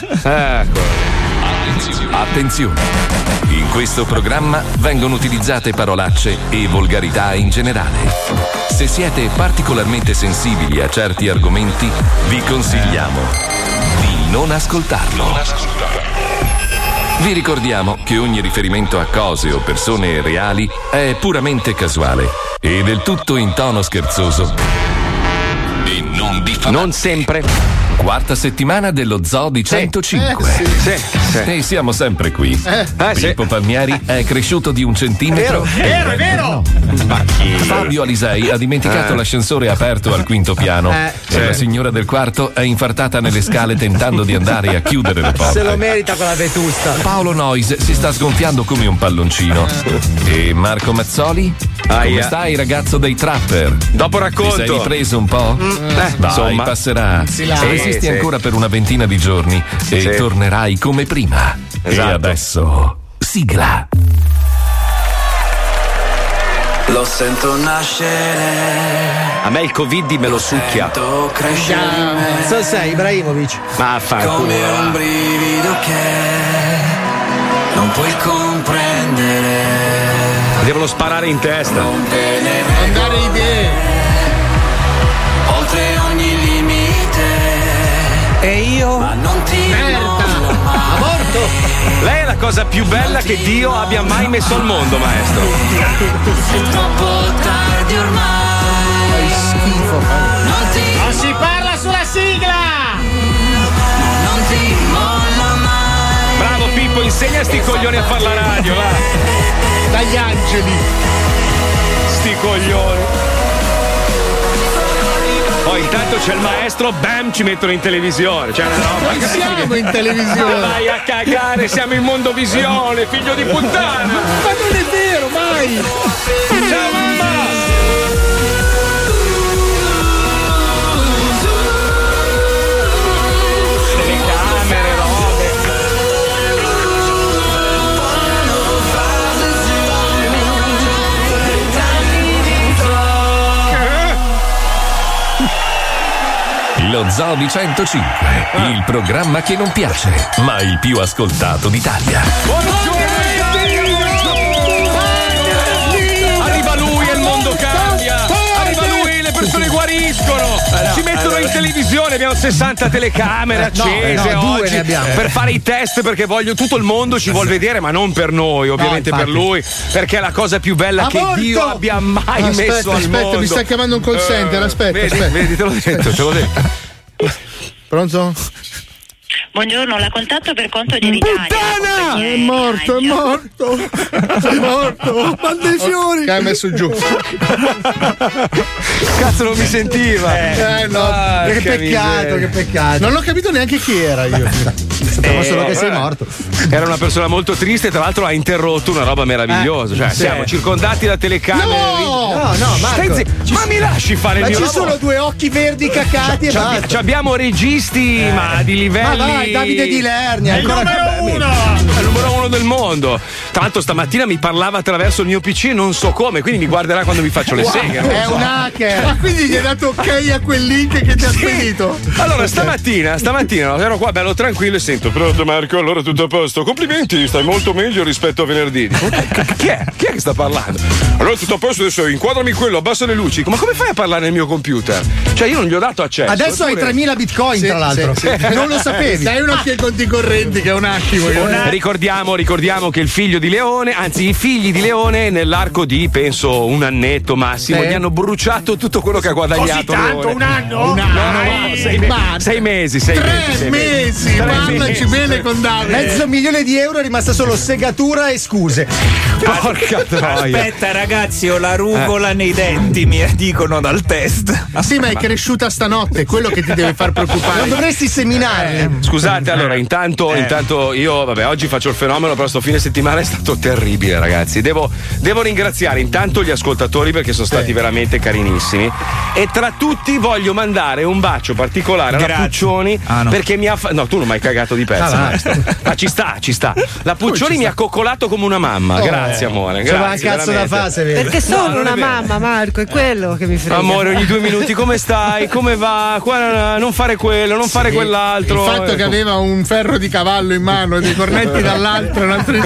Attenzione! In questo programma vengono utilizzate parolacce e volgarità in generale. Se siete particolarmente sensibili a certi argomenti, vi consigliamo di non ascoltarlo. Vi ricordiamo che ogni riferimento a cose o persone reali è puramente casuale e del tutto in tono scherzoso e non diffamante. Non sempre. Quarta settimana dello Zoo di 105. E siamo sempre qui. Pippo Palmieri è cresciuto di 1 centimetro. È vero! Ma chi? Fabio Alisei ha dimenticato l'ascensore aperto al 5° piano. E la signora del quarto è infartata nelle scale tentando di andare a chiudere le porte. Se lo merita quella vetusta. Paolo Noyes si sta sgonfiando come un palloncino. E Marco Mazzoli? Come stai, ragazzo dei Trapper? Dopo racconto. Ti sei ripreso un po'? Dai, insomma, passerà. Resisti ancora per una ventina di giorni e tornerai come prima. Esatto. E adesso, sigla. Lo sento nascere. A me il Covid me lo succhia. So sei Ibrahimovic. Ma come un brivido che non puoi comprendere. Devono sparare in testa. Andare idee. Oltre ogni limite. E io? Ma non ti Merda. Aborto. Lei è la cosa più bella che Dio abbia mai messo al mondo, maestro. È troppo tardi ormai. Schifo. Non si parla sulla sigla. Non ti molla mai. Bravo Pippo, insegna a sti coglioni a fare la radio, va. Dagli angeli. Sti coglioni. Poi intanto c'è il maestro, bam, ci mettono in televisione. C'è una roba. Noi siamo in televisione. Vai a cagare, siamo in Mondovisione, figlio di puttana. Ma non è vero, mai. Ciao mamma. Telecamere, robe. Lo Zoo di 105, il programma che non piace, ma il più ascoltato d'Italia. Arriva lui e il mondo cambia. Arriva lui, le persone guariscono. Ci mettono in televisione, abbiamo 60 telecamere accese due oggi ne abbiamo. per fare i test, perché tutto il mondo ci vuol vedere, ma non per noi, ovviamente per lui, perché è la cosa più bella che Dio abbia mai messo al mondo. Aspetta, mi sta chiamando un call center, aspetta. Vedi, te l'ho detto. Pronto? Buongiorno, la contatto per conto di Italia. Puttana! È morto. Manda i fiori. Che hai messo giù. Cazzo, non mi sentiva. No. Che peccato. Non ho capito neanche chi era io. Sapevo solo che sei morto. Era una persona molto triste, tra l'altro ha interrotto una roba meravigliosa. Cioè, siamo circondati da telecamere. No, Marco. Ma mi lasci fare il Ma mio ci lavoro? sono 2 occhi verdi cacati e basta. Ci abbiamo registi, ma di livelli. Ma vai, Davide Di Lerni, È il ancora numero 1 del mondo. Tra l'altro stamattina mi parlava attraverso il mio PC, non so come, quindi mi guarderà quando mi faccio le seghe. È un hacker. Ma quindi gli hai dato ok a quel link che ti ha spedito? Allora, stamattina ero qua bello tranquillo e sento: pronto Marco, allora tutto a posto. Complimenti, stai molto meglio rispetto a venerdì. Chi è? Chi è che sta parlando? Allora tutto a posto, adesso inquadrami quello, abbassa le luci. Ma come fai a parlare nel mio computer? Cioè io non gli ho dato accesso. Adesso hai 3.000 bitcoin, tra l'altro. Sì. Non lo sapevi. Dai uno che conti correnti che è un attimo. Ricordiamo che il figlio di Leone, anzi i figli di Leone, nell'arco di penso un annetto massimo, gli hanno bruciato tutto quello che ha guadagnato. Così tanto, Leone. un anno? No, 6 mesi. 3 mesi. Parlaci bene con Davide. $500,000 è rimasta solo segatura e scuse. Porca troia. Aspetta ragazzi, ho la rugola nei denti, mi dicono dal test. Sì, ma è cresciuta stanotte, quello che ti deve far preoccupare. Non dovresti seminare. Scusate, allora, intanto io, oggi faccio il fenomeno, però sto fine settimana è stato terribile, ragazzi. Devo ringraziare intanto gli ascoltatori perché sono stati veramente carinissimi. E tra tutti voglio mandare un bacio particolare alla Puccioni perché mi ha no, tu non mi hai cagato fregato di pezzi, maestro. Ma ci sta. La Puccioni mi ha coccolato come una mamma. Grazie, amore. C'è un Grazie, cazzo da veramente. fase, vedi? Perché sono una mamma, Marco, è quello che mi frega. Amore, ogni 2 minuti come stai? Come va? Qua non fare quello, non fare quell'altro. Il fatto che aveva un ferro di cavallo in mano e dei cornetti dall'altro, un altro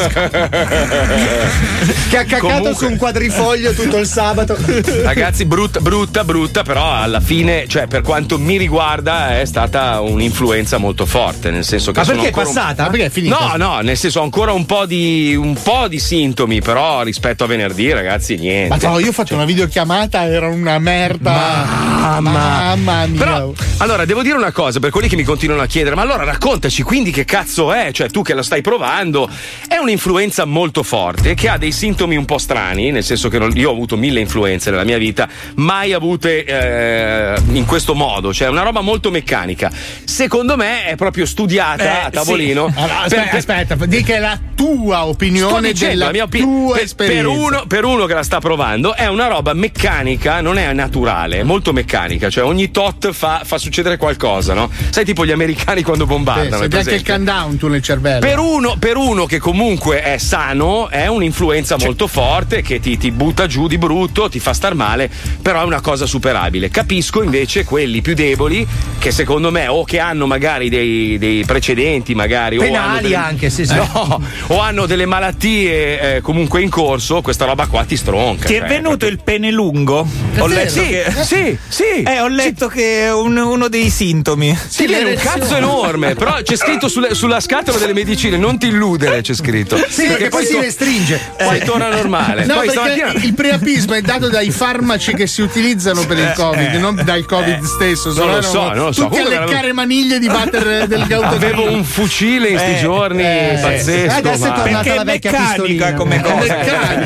che ha caccato su un quadrifoglio tutto il sabato. Ragazzi, brutta, però alla fine, cioè, per quanto mi riguarda, è stata un'influenza molto forte. Nel senso che Ma sono perché è ancora passata? Perché è finita? No, nel senso ho ancora un po' di sintomi, però rispetto a venerdì, ragazzi, niente. Ma no, io ho fatto una videochiamata, era una merda. Mamma mia. Però, allora, devo dire una cosa, per quelli che mi continuano a chiedere, ma allora raccontaci quindi che cazzo è? Cioè, tu che lo stai provando, è un'influenza molto forte, che ha dei sintomi un po' strani, nel senso che io ho avuto 1000 influenze nella mia vita, mai avute in questo modo, cioè una roba molto meccanica. Secondo me è proprio studiata a tavolino. Sì. Allora, aspetta, di che è la tua opinione della tua esperienza. Per uno che la sta provando, è una roba meccanica, non è naturale, è molto meccanica, cioè ogni tot fa succedere qualcosa, no? Sai, tipo gli americani quando bombardano. Sì, anche il countdown tu nel cervello. Per uno che comunque è sano, è un'influenza molto forte che ti butta giù di brutto, ti fa star male, però è una cosa superabile. Capisco invece quelli più deboli che secondo me o che hanno magari dei precedenti, magari penali o hanno anche, sì. No, o hanno delle malattie comunque in corso, questa roba qua ti stronca. Ti è venuto il pene lungo? Ho letto sì. Ho letto che è uno dei sintomi. Ti viene un cazzo enorme, però c'è scritto sulla scatola delle medicine, non ti illudere, c'è scritto. Sì, perché poi si restringe. Poi torna normale. No, poi perché il priapismo è dato dai farmaci che si utilizzano per il Covid, non dal Covid stesso. Non lo so. Tutti a leccare maniglie di water del gautolino. Avevo un fucile in sti giorni, pazzesco. Adesso è tornata perché la vecchia meccanica pistolina. come cosa.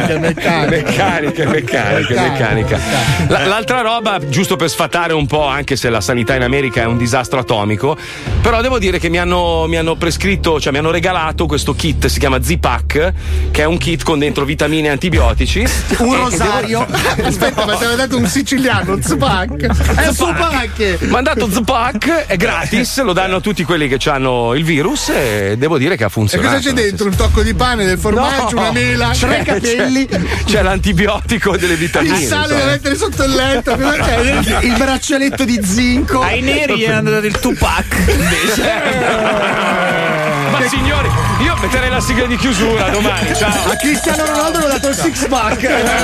Meccanica. L'altra roba, giusto per sfatare un po', anche se la sanità in America è un disastro atomico, però devo dire che mi hanno prescritto, cioè mi hanno regalato questo kit, si chiama Z-Pack, che è un kit con dentro vitamine e antibiotici. Un rosario. Aspetta, ma ti aveva dato un siciliano, Z-Pack. È Z-Pack. Mi hanno dato Z-Pack, è gratis, lo danno a tutti quelli che hanno il virus e devo dire che ha E funzionato. cosa c'è dentro? Un tocco di pane, del formaggio, una mela, 3 capelli. C'è l'antibiotico delle vitamine. Il sale da insomma. mettere sotto il letto. Cosa c'è dentro? Il braccialetto di zinco. Ai neri gli hanno dato il Tupac invece. Ma signori, io metterei la sigla di chiusura domani. Ciao. A Cristiano Ronaldo hanno dato il six pack.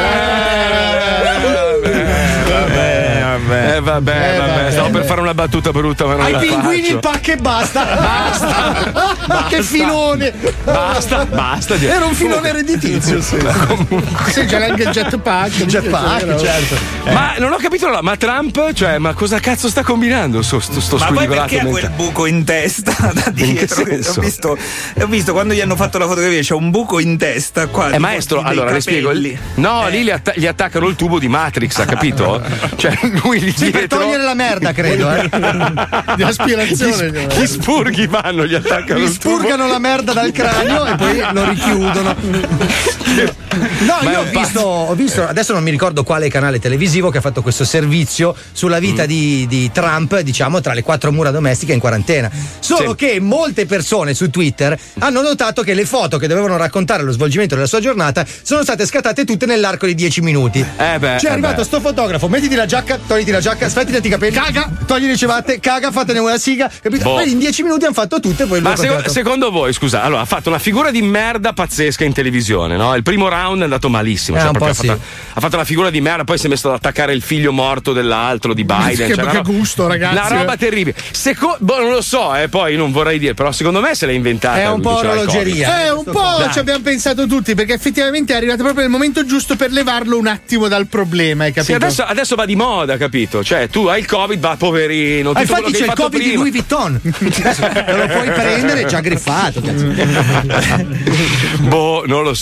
Vabbè. Stavo per fare una battuta brutta, ma non Ai la pinguini faccio. il pack e basta. Ma che filone. Basta. Era un filone redditizio. Sì, c'era anche il jetpack. Jetpack, certo. Ma non ho capito, ma Trump, cioè, ma cosa cazzo sta combinando sto Ma poi squilibrato perché ha quel buco in testa da dietro? Ho visto quando gli hanno fatto la fotografia, c'è un buco in testa qua. Maestro, allora le spiego. Lì gli attaccano il tubo di Matrix, ha capito? Cioè lui lì Sì, per dietro togliere la merda, credo. Di aspirazione. gli spurghi vanno, gli attaccano Gli il tubo. spurgano la merda dal cranio e poi lo richiudono. No, Ma io è ho visto, adesso non mi ricordo quale canale televisivo che ha fatto questo servizio sulla vita di Trump, diciamo, tra le 4 mura domestiche in quarantena. Solo che molte persone su Twitter hanno notato che le foto che dovevano raccontare lo svolgimento della sua giornata sono state scattate tutte nell'arco di 10 minuti. C'è arrivato sto fotografo, mettiti la giacca, togliti la giacca, svettiti i capelli, caga, togli le ciabatte, caga, fatene una siga, capito? Poi in 10 minuti hanno fatto tutte e poi Ma secondo voi, scusa, allora ha fatto una figura di merda pazzesca in televisione, no? Il primo round è andato malissimo, cioè proprio ha fatto una figura di merda, poi si è messo ad attaccare il figlio morto dell'altro di Biden. Che gusto, ragazzi. Una roba terribile. Non lo so, poi non vorrei dire, però secondo me se l'è inventata. È un po' orologeria. Un po' ci abbiamo pensato tutti, perché effettivamente è arrivato proprio il momento giusto per levarlo un attimo dal problema, hai capito? Sì, adesso va di moda, capito? Cioè, tu hai il Covid, va poverino. Tutto infatti c'è il Covid prima. di Louis Vuitton. Lo puoi prendere, è già griffato. Non lo so, mi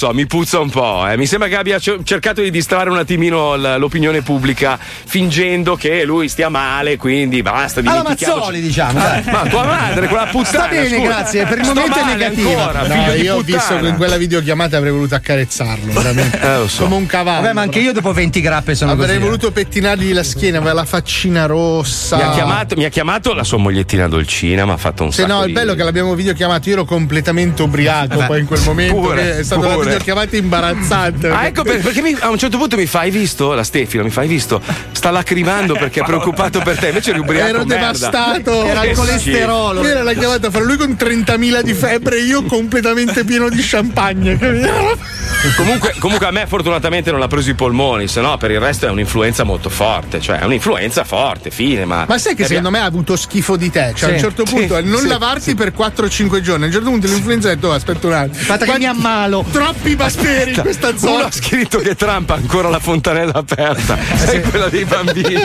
puzza un po'. Mi sembra che abbia cercato di distrarre un attimino l'opinione pubblica fingendo che lui stia male, quindi basta. Alla Mazzoli, diciamo. Ma tua madre, quella puttana. Sta bene, scusa. grazie. Per il momento è negativa. Ancora, no, io ho visto che in quella videochiamata avrei voluto accarezzarlo, veramente. Lo so. Come un cavallo. Vabbè, ma anche io dopo 20 grappe sono avrei così. voluto pettinargli la schiena, aveva la faccina rossa. Mi ha chiamato la sua mogliettina Dolcina, mi ha fatto un Se sacco no, il bello è che l'abbiamo videochiamato, io ero completamente ubriaco poi in quel momento. È stata una videochiamata imbarazzante. Ecco perché a un certo punto mi fa, hai visto? La Steffi, mi fa, hai visto? Sta lacrimando perché è preoccupato per te, invece eri ubriaco. Ero devastato, era il colesterolo. Era la chiamata fra lui con 30.000 di febbre e io completamente pieno di champagne. Comunque a me fortunatamente non ha preso i polmoni, se no per il resto è un'influenza molto forte, cioè è un'influenza forte, fine. Ma sai che secondo me ha avuto schifo di te? Cioè a un certo punto non lavarti per 4-5 giorni, a un certo punto l'influenza ha detto aspetta un attimo, aspetta che mi ammalo. Troppi batteri in questa zona. Uno ha scritto che Trump ha ancora la fontanella aperta, sai quella dei bambini.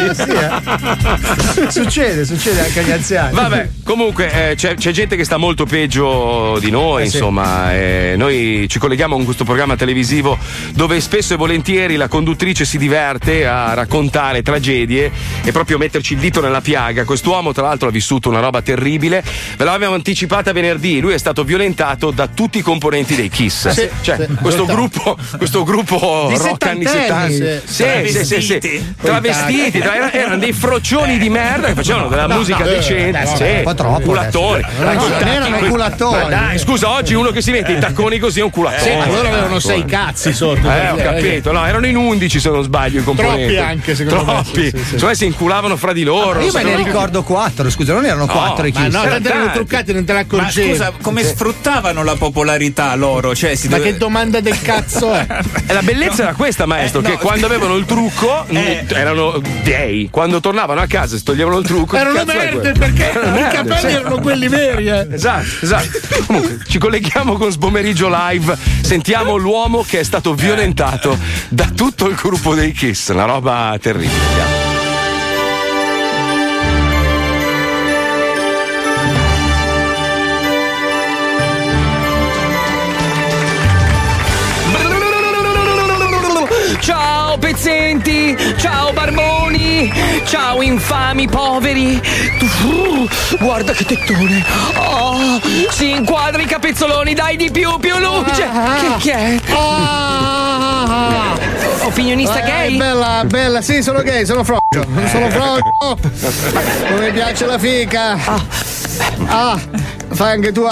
Succede anche agli anziani. Vabbè, comunque c'è gente che sta molto peggio di noi, insomma, noi ci colleghiamo con questo programma televisivo dove spesso e volentieri la conduttrice si diverte a raccontare tragedie e proprio metterci il dito nella piaga. Quest'uomo tra l'altro ha vissuto una roba terribile, ve l'avevamo anticipata venerdì, lui è stato violentato da tutti i componenti dei Kiss, questo gruppo rock anni 70, travestiti, erano dei frocioni di merda che facevano della musica decente, un po' troppo culattoni, non erano culattoni. Dai, scusa, oggi uno che si mette i tacconi così è un culattone. Allora avevano 6 cazzi sotto. Ho capito, no, erano in 11 se non sbaglio i componenti. Troppi anche, secondo me. Secondo me si inculavano fra di loro. Io me ne ricordo 4, scusa, non erano 4 i Kiss. Ma no, tanto erano truccati, non te ne accorgevi. Ma scusa, come sfruttavano la popolarità loro? Cioè, che domanda del cazzo è? E la bellezza era questa, maestro, che quando avevano il trucco erano gay, quando tornavano a casa si toglievano il trucco. Erano merde perché i capelli erano quelli veri. Esatto. Comunque ci colleghiamo con Sbomeriggio Live, sentiamo l'uomo che è stato violentato da tutto il gruppo dei Kiss, una roba terribile. Ciao pezzenti, ciao barboni, ciao infami poveri. Guarda che tettone. Oh, si inquadra i capezzoloni, dai di più luce. Che è? Opinionista gay? Bella, sì, sono gay, sono froggio. Non mi piace la fica. Fai anche tu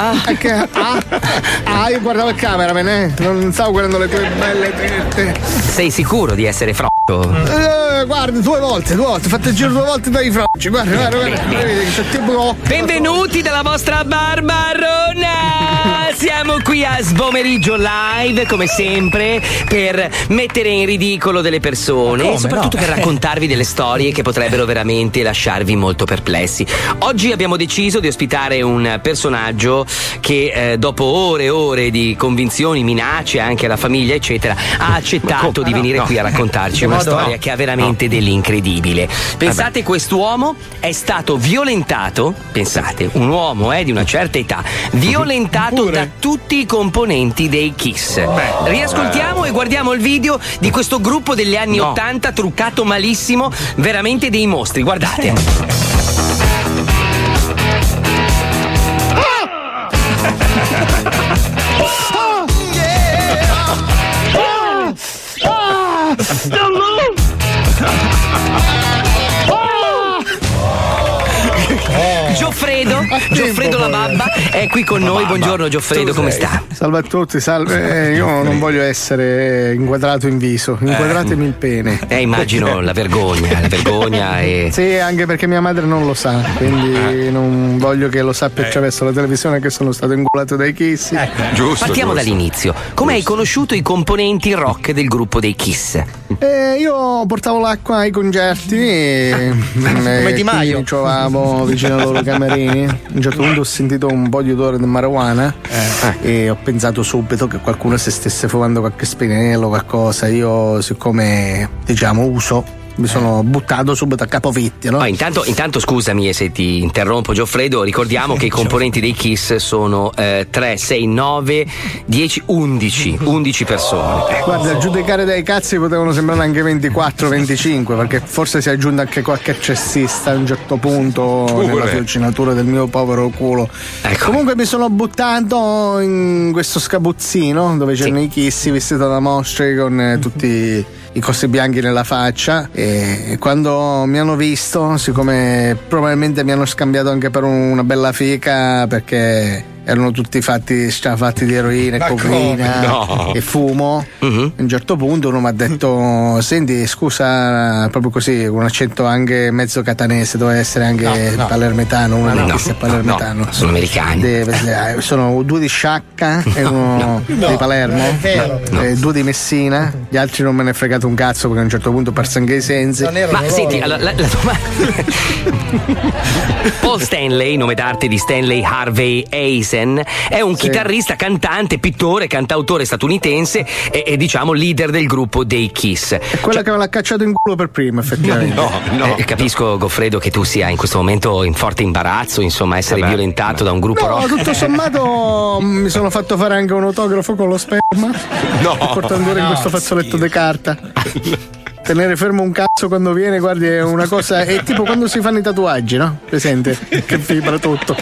io guardavo il cameraman, non stavo guardando le tue belle tette. Sei sicuro di essere froggio? Guarda, due volte, ho fatto il giro 2 volte dai froggi, guarda, vedi che c'è tipo. Benvenuti dalla vostra Barbarona! Siamo qui a Sbomeriggio Live, come sempre, per mettere in ridicolo delle persone e soprattutto per raccontarvi delle storie che potrebbero veramente lasciarvi molto perplessi. Oggi abbiamo deciso di ospitare un personaggio che dopo ore e ore di convinzioni, minacce anche alla famiglia eccetera, ha accettato di venire qui a raccontarci una storia che ha veramente dell'incredibile. Pensate, quest'uomo è stato violentato, pensate, un uomo di una certa età, violentato da tutti i componenti dei Kiss. Riascoltiamo e guardiamo il video di questo gruppo degli anni 80 truccato malissimo, veramente dei mostri, guardate. Gioffredo la babba è qui con noi. Buongiorno Gioffredo, come sta? Salve a tutti, salve. Io non voglio essere inquadrato in viso, inquadratemi il pene. Immagino la vergogna e. Sì, anche perché mia madre non lo sa, quindi non voglio che lo sappia attraverso la televisione che sono stato inculato dai Kiss. Giusto. Partiamo dall'inizio. Come hai conosciuto i componenti rock del gruppo dei Kiss? Io portavo l'acqua ai concerti e come Di Maio mi trovavo vicino ai loro camerini. A un certo punto ho sentito un po' di odore di marijuana e ho pensato subito che qualcuno si stesse fumando qualche spinello, qualcosa. Io, siccome uso mi sono buttato subito a capovitti, no? Intanto scusami se ti interrompo, Gioffredo, ricordiamo che i componenti dei Kiss sono 3, 6, 9, 10, 11 persone. Guarda, a giudicare dai cazzi potevano sembrare anche 24, 25, perché forse si è aggiunto anche qualche accessista a un certo punto nella fiocinatura del mio povero culo. Ecco. Comunque mi sono buttato in questo scabuzzino dove c'erano i Kiss vestito da mostri con tutti i cosi bianchi nella faccia, e quando mi hanno visto, siccome probabilmente mi hanno scambiato anche per una bella fica, perché erano tutti strafatti di eroina e cocaina e fumo. A un certo punto uno mi ha detto: senti, scusa, proprio così, con un accento anche mezzo catanese, doveva essere anche palermitano, uno dei Kiss è palermitano. Sono americani. Sono 2 di Sciacca e uno di Palermo, 2 di Messina, gli altri non me ne è fregato un cazzo, perché a un certo punto ho perso anche i sensi. Ma senti, la domanda. Paul Stanley, nome d'arte di Stanley Harvey Eisen, è un chitarrista, cantante, pittore, cantautore statunitense e diciamo leader del gruppo dei Kiss. È quella che me l'ha cacciato in culo per prima, effettivamente. No. Capisco, Goffredo, che tu sia in questo momento in forte imbarazzo, insomma, essere violentato da un gruppo rock. No, tutto sommato mi sono fatto fare anche un autografo con lo sperma. Portandolo in questo fazzoletto di carta. Tenere fermo un cazzo quando viene, guardi, è una cosa. È tipo quando si fanno i tatuaggi, no? Presente? Che vibra tutto.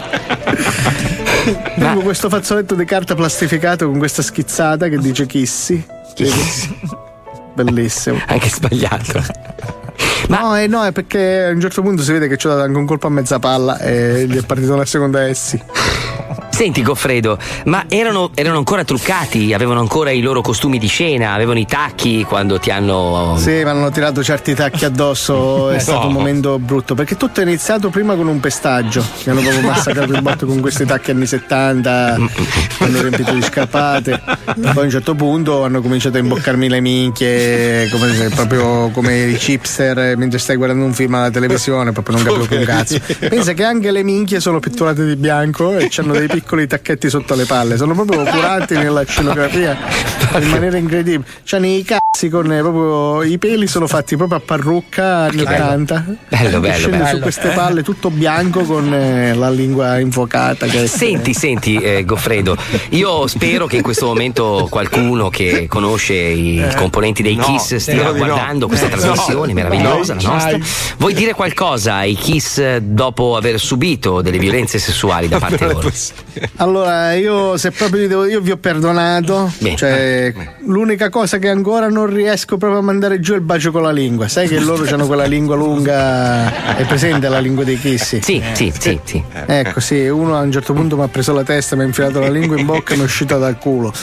Tengo questo fazzoletto di carta plastificato con questa schizzata che dice Kissy. Bellissimo. Anche sbagliato. No, è perché a un certo punto si vede che ci ho dato anche un colpo a mezza palla e gli è partita una seconda S. Senti, Goffredo, ma erano ancora truccati? Avevano ancora i loro costumi di scena? Avevano i tacchi quando ti hanno. Sì, mi hanno tirato certi tacchi addosso. È stato un momento brutto, perché tutto è iniziato prima con un pestaggio. Mi hanno proprio massacrato il botto con questi tacchi anni 70, mi hanno riempito di scarpate. Poi a un certo punto hanno cominciato a imboccarmi le minchie, proprio come i chipster mentre stai guardando un film alla televisione, proprio non capivo più un cazzo. Pensa che anche le minchie sono pitturate di bianco e hanno dei piccoli tacchetti sotto le palle, sono proprio curati nella scenografia in maniera incredibile. C'hanno i cazzi con proprio i peli, sono fatti proprio a parrucca anni 80. Bello. Su queste palle tutto bianco con la lingua infuocata. Senti, Goffredo, io spero che in questo momento qualcuno che conosce i componenti dei Kiss stia guardando questa trasmissione meravigliosa, la nostra. Vuoi dire qualcosa ai Kiss dopo aver subito delle violenze sessuali da parte loro? Allora, io se proprio io vi ho perdonato. L'unica cosa che ancora non riesco proprio a mandare giù è il bacio con la lingua. Sai che loro hanno quella lingua lunga, è presente la lingua dei Kiss? Sì. Ecco, sì, uno a un certo punto mi ha preso la testa, mi ha infilato la lingua in bocca e mi è uscita dal culo.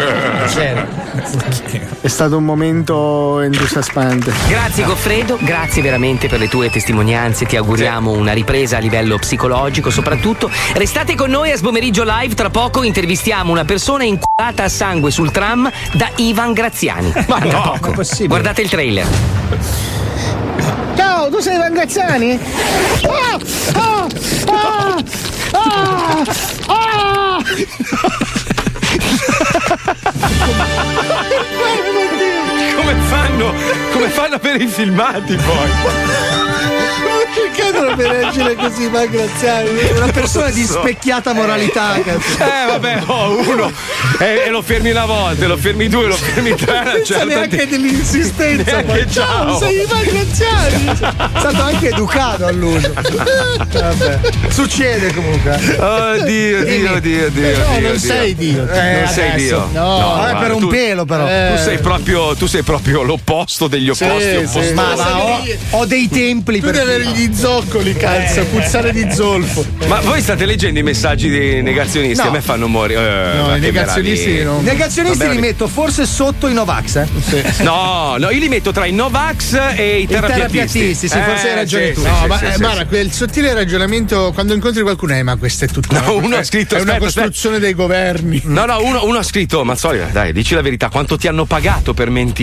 È stato un momento entusiasmante. Grazie Goffredo, grazie veramente per le tue testimonianze, ti auguriamo una ripresa a livello psicologico soprattutto. Restate con noi a Sbomeriggio Live, tra poco intervistiamo una persona inculata a sangue sul tram da Ivan Graziani. Ma no, poco. Guardate il trailer. Ciao, tu sei Ivan Graziani? Come fanno per i filmati poi? Perché dovrebbe reagire così, ma Graziani? Una persona di specchiata moralità. Vabbè, uno e lo fermi una volta, lo fermi due, lo fermi tre. Senza neanche dell'insistenza. Ciao, sei Ivan Graziani. È stato anche educato all'uso. Vabbè. Succede comunque. Oddio. No, non sei Dio. Non sei Dio. No, per un pelo però. Tu sei proprio l'opposto degli opposti. Ma ho dei templi tu per devi avere gli zoccoli, cazzo, puzzare di zolfo. Ma voi state leggendo i messaggi dei negazionisti? No. A me fanno morire. No, i negazionisti no. I negazionisti li metto forse sotto i Novax, No, io li metto tra i Novax e i terapiatisti. Sì, forse hai ragione tu. No, guarda, quel sottile ragionamento quando incontri qualcuno ma questa è tutta uno ha scritto, è una costruzione dei governi. No, uno ha scritto, Mazzoli, dai, dici la verità, quanto ti hanno pagato per mentire? Ma Big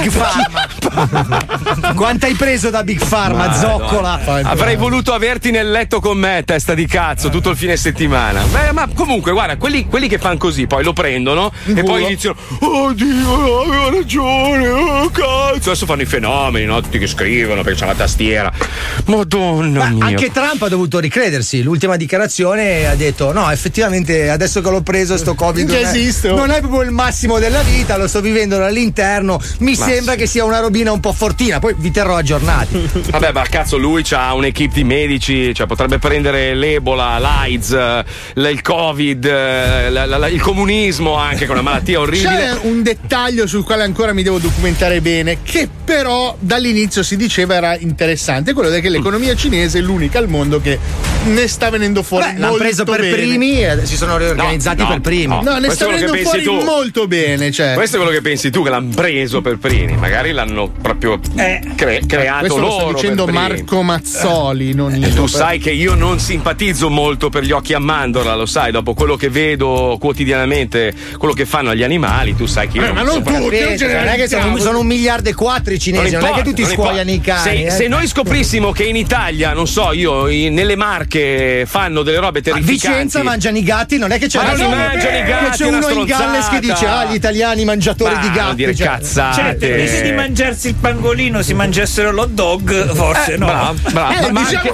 Big Pharma. Quanto hai preso da Big Pharma, zoccola? Avrei voluto averti nel letto con me, testa di cazzo, tutto il fine settimana. Beh, ma comunque, guarda, quelli che fanno così, poi lo prendono e poi iniziano. Oh Dio, aveva ragione, oh cazzo. Adesso fanno i fenomeni, no? Tutti che scrivono perché c'è la tastiera. Madonna mia. Anche Trump ha dovuto ricredersi. L'ultima dichiarazione ha detto: no, effettivamente adesso che l'ho preso sto Covid non è proprio il massimo della vita, lo sto vivendo dall'interno, mi sembra che sia una robina un po' fortina, poi vi terrò aggiornati. Vabbè, ma cazzo, lui c'ha un'equipe di medici, cioè potrebbe prendere l'Ebola, l'AIDS, il Covid, il comunismo anche, con una malattia orribile. C'è un dettaglio sul quale ancora mi devo documentare bene, che però dall'inizio si diceva era interessante, quello che l'economia cinese è l'unica al mondo che ne sta venendo fuori molto l'hanno preso per bene. primi e si sono riorganizzati per primi. No, ne sta venendo fuori molto bene, cioè. Questo è quello che pensi tu, che l'hanno preso per primi, magari l'hanno proprio creato questo loro. Lo sto dicendo per primi. Marco Mazzoli, non io. Tu sai che io non simpatizzo molto per gli occhi a mandorla, lo sai, dopo quello che vedo quotidianamente, quello che fanno agli animali, tu sai che io ma non tutti, non è che sono 1,4 miliardi i cinesi, non è che tutti scuoiano i cani. Se noi scoprissimo che in Italia, non so io, nelle Marche fanno delle robe terrificanti. A Vicenza mangiano i gatti, non è che c'è c'è uno in Galles che dice gli italiani mangiatori di gatti. Dire cazzate. Invece di mangiarsi il pangolino si mangiassero l'hot dog, forse no. Bravo. Ma diciamo...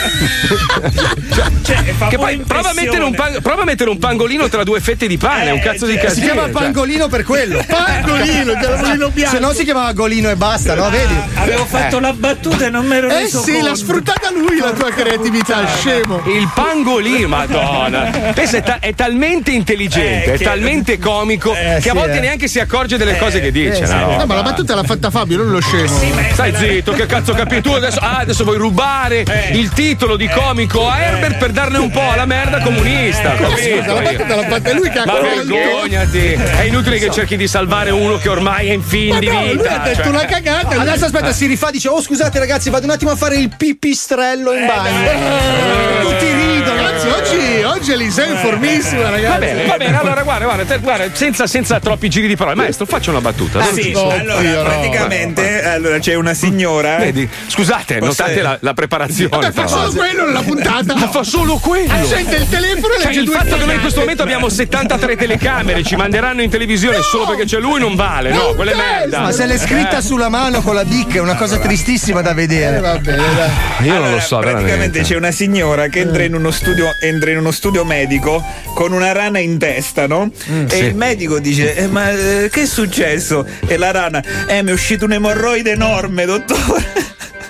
che poi prova a mettere un pangolino tra due fette di pane, un cazzo di casino. Si chiama pangolino per quello. Pangolino bianco. Se no si chiamava golino e basta, no? Vedi? Avevo fatto la battuta e non mi ero reso conto. L'ha sfruttata lui la tua creatività, scemo. Il pangolino, madonna. Pensa, è talmente intelligente, è talmente comico che a volte neanche si accorge delle cose che dice. No, ma la battuta l'ha fatta Fabio, non lo scemo. Stai zitto, che cazzo capisci? Tu adesso vuoi rubare il titolo di comico a Herbert per darne un po' alla merda comunista. La battuta l'ha fatta lui che ha colto. Ma vergognati, è inutile che cerchi di salvare uno che ormai è in fin di vita. Lui ha detto una cagata. Adesso aspetta, si rifà, dice: oh scusate ragazzi, vado un attimo a fare il pipistrello in bagno. Tutti ridono. Ragazzi, oggi Eliseo è informissima, ragazzi. Va bene, allora guarda, senza troppi giri di parole. Maestro, faccia una battuta. Praticamente c'è una signora. Vedi, scusate, notate la preparazione. Fa solo quello nella puntata. Ma fa solo quello. Sente il telefono e legge il fatto che noi in questo momento abbiamo 73 telecamere, ci manderanno in televisione solo perché c'è lui non vale. No, quella è merda. Ma se l'è scritta sulla mano con la bic è una cosa tristissima da vedere. Va bene, dai. Io non lo so. Praticamente veramente. c'è una signora che entra in uno studio medico con una rana in testa, no? E il medico dice: ma che è successo? E la rana: mi è uscito un emorroide enorme, dottore.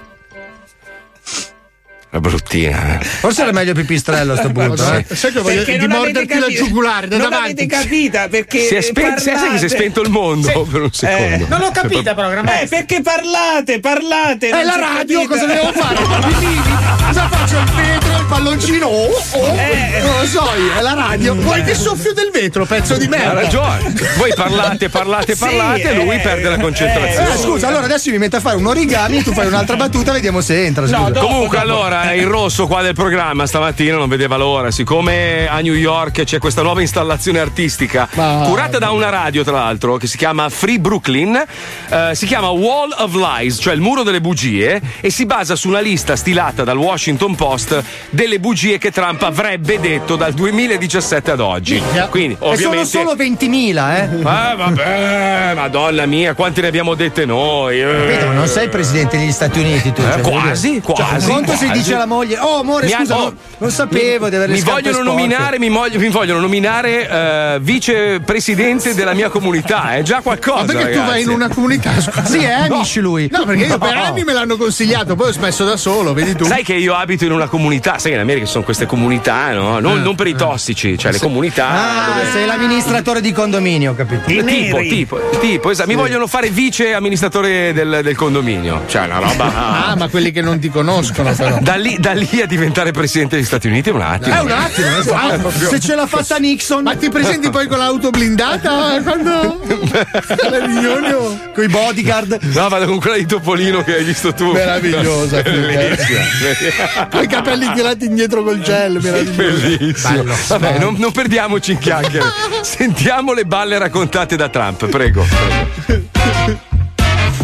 È bruttina. Forse era meglio pipistrello a sto punto. Sai che voglio di morderti la giugulare da non davanti. L'avete capita perché sai che si è spento il mondo per un secondo. Non l'ho capita però, perché parlate. È la radio, cosa devo fare? Cosa faccio? Il vetro, il palloncino? Non lo so io, è la radio. Vuoi che soffio del vetro, pezzo di merda? Ha ragione. Voi parlate e lui perde la concentrazione. Scusa, allora adesso mi metto a fare un origami, tu fai un'altra battuta, vediamo se entra. Comunque, allora, il rosso qua del programma stamattina non vedeva l'ora. Siccome a New York c'è questa nuova installazione artistica curata da una radio, tra l'altro, che si chiama Free Brooklyn, si chiama Wall of Lies, cioè il muro delle bugie, e si basa su una lista stilata dal Washington Post delle bugie che Trump avrebbe detto dal 2017 ad oggi. Quindi, ovviamente. E sono solo 20.000, vabbè, madonna mia, quante ne abbiamo dette noi? Capito, ma non sei il presidente degli Stati Uniti, tu. Quasi. Conto se dice alla moglie: oh amore, scusa, non sapevo di avere le scarpe sporche. Mi vogliono nominare vicepresidente della mia comunità. È già qualcosa. Ma perché ragazzi. tu vai in una comunità? Scusa. Sì, è Amish lui. No, perché io per anni me l'hanno consigliato, poi ho smesso da solo, vedi tu. Sai che io abito in una comunità, sai che in America ci sono queste comunità, no? Non per i tossici, cioè le comunità. Dove... sei l'amministratore di condominio, capito? Tipo, esatto. Mi vogliono fare vice amministratore del condominio. Cioè una roba. Ma quelli che non ti conoscono, però. Da lì a diventare presidente degli Stati Uniti è un attimo. È un attimo, esatto. Se ce l'ha fatta Nixon. Ma ti presenti poi con l'auto blindata quando alla riunione? Con i bodyguard? No, vado con quella di Topolino che hai visto tu. Meravigliosa. Con i capelli tirati indietro col gel. Bellissimo. Vabbè, non perdiamoci in chiacchiere. Sentiamo le balle raccontate da Trump, prego.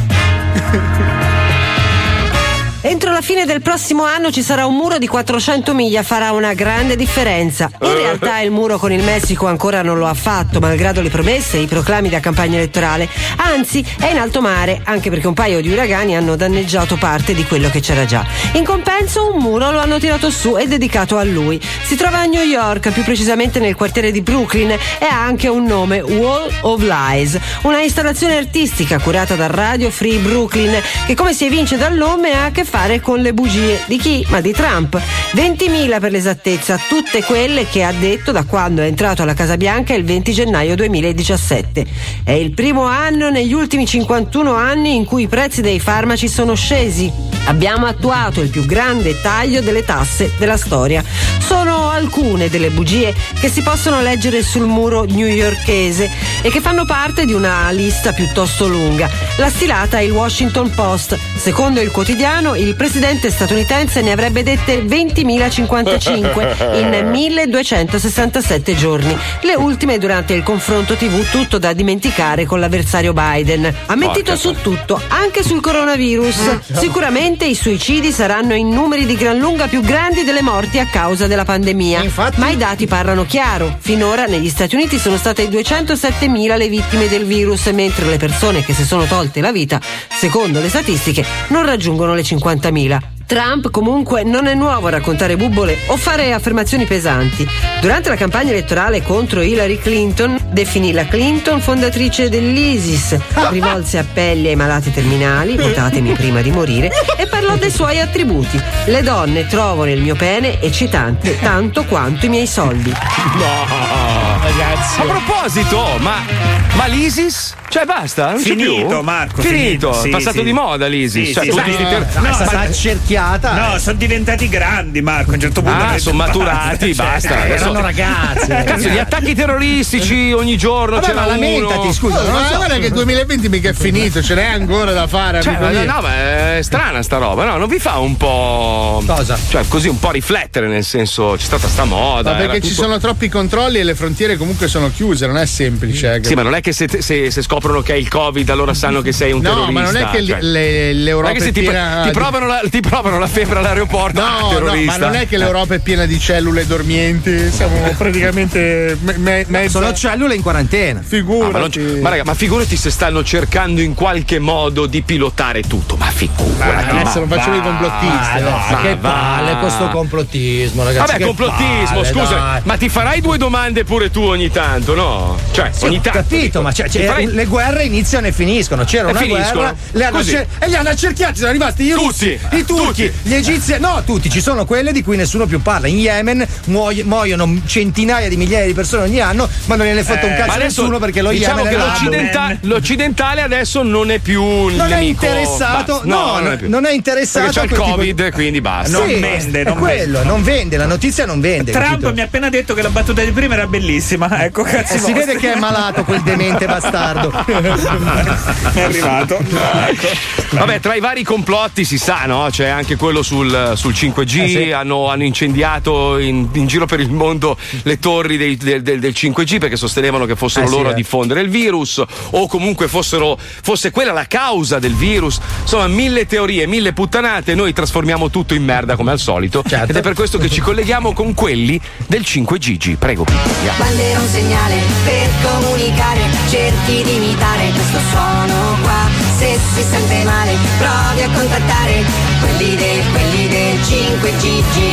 Entro la fine del prossimo anno ci sarà un muro di 400 miglia, farà una grande differenza. In realtà il muro con il Messico ancora non lo ha fatto, malgrado le promesse e i proclami da campagna elettorale. Anzi, è in alto mare, anche perché un paio di uragani hanno danneggiato parte di quello che c'era già. In compenso, un muro lo hanno tirato su e dedicato a lui. Si trova a New York, più precisamente nel quartiere di Brooklyn, e ha anche un nome, Wall of Lies, una installazione artistica curata dal Radio Free Brooklyn, che come si evince dal nome ha a che fare con le bugie. Di chi? Ma di Trump. 20.000 per l'esattezza, tutte quelle che ha detto da quando è entrato alla Casa Bianca il 20 gennaio 2017. È il primo anno negli ultimi 51 anni in cui i prezzi dei farmaci sono scesi. Abbiamo attuato il più grande taglio delle tasse della storia. Sono alcune delle bugie che si possono leggere sul muro newyorkese e che fanno parte di una lista piuttosto lunga. La stilata è il Washington Post. Secondo il quotidiano, il presidente statunitense ne avrebbe dette 20.055 in 1267 giorni. Le ultime durante il confronto TV, tutto da dimenticare con l'avversario Biden. Ha mentito su tutto, anche sul coronavirus. Sicuramente i suicidi saranno in numeri di gran lunga più grandi delle morti a causa della pandemia. Infatti, ma i dati parlano chiaro. Finora negli Stati Uniti sono state 207.000 le vittime del virus, mentre le persone che si sono tolte la vita, secondo le statistiche, non raggiungono le 50.000. Trump comunque non è nuovo a raccontare bubbole o fare affermazioni pesanti. Durante la campagna elettorale contro Hillary Clinton definì la Clinton fondatrice dell'ISIS, rivolse appelli ai malati terminali, votatemi prima di morire, e parlò dei suoi attributi. Le donne trovano il mio pene eccitante tanto quanto i miei soldi. No, ragazzi. A proposito, ma l'ISIS? Cioè basta, non finito, c'è più. Marco, finito. Sì, è passato sì. di moda l'ISIS. Sì, cioè, sì, tutti sì. È stata accerchiata. No, sono diventati grandi, Marco. A un certo punto sono maturati, basta. Erano ragazzi. Cazzo, gli attacchi terroristici ogni giorno. Vabbè, c'era ma lamentati, uno. scusa. Ma guarda che il 2020 mica è finito, ce n'è ancora da fare. Cioè, amico mio. no, ma è strana sta roba, no? Non vi fa un po'. Cosa? Cioè, così un po' riflettere, nel senso, c'è stata sta moda. Ma perché ci sono troppi controlli e le frontiere comunque sono chiuse, non è semplice. Sì, ma non è che se scoprono che hai il Covid allora sanno che sei un terrorista. No, ma non è che l'Europa non è che è piena ti provano la febbre all'aeroporto. No, terrorista. ma non è che l'Europa è piena di cellule dormienti. Siamo praticamente sono cellule in quarantena. Figurati. Ma raga, ma figurati se stanno cercando in qualche modo di pilotare tutto. Ma figurati. Adesso non facciamo i complottisti. Che palle questo complottismo, ragazzi. Vabbè, complottismo, scusa. Dai. Ma ti farai due domande pure tu ogni tanto, no? Cioè, Sì, ogni ho tanto. capito, ma le guerre iniziano e finiscono. C'era una guerra, e li hanno accerchiati, sono arrivati i russi, i turchi, gli egizi. No, tutti, ci sono quelle di cui nessuno più parla. In Yemen muoiono centinaia di migliaia di persone ogni anno, ma non gliene fotte un cazzo a nessuno perché lo diciamo Yemen che l'occidentale adesso non è più non è nemico. interessato. Non è interessato. Perché c'è il Covid, quindi basta. Non vende, non vende, la notizia non vende. Trump capito? mi ha appena detto che la battuta di prima era bellissima. Ecco, cazzo. Si vede che è malato quel demente bastardo. È arrivato. Vabbè, tra i vari complotti si sa, no? C'è anche quello sul 5G. Sì. Hanno incendiato in giro per il mondo le torri del 5G perché sostenevano che fossero loro a diffondere il virus, o comunque fosse quella la causa del virus. Insomma, 1000 teorie, 1000 puttanate. Noi trasformiamo tutto in merda come al solito. Certo. Ed è per questo che ci colleghiamo con quelli del 5G. Prego. Quando era un segnale per comunicare, cerchi di imitare questo suono qua. Se si sente male, provi a contattare quelli del 5GG.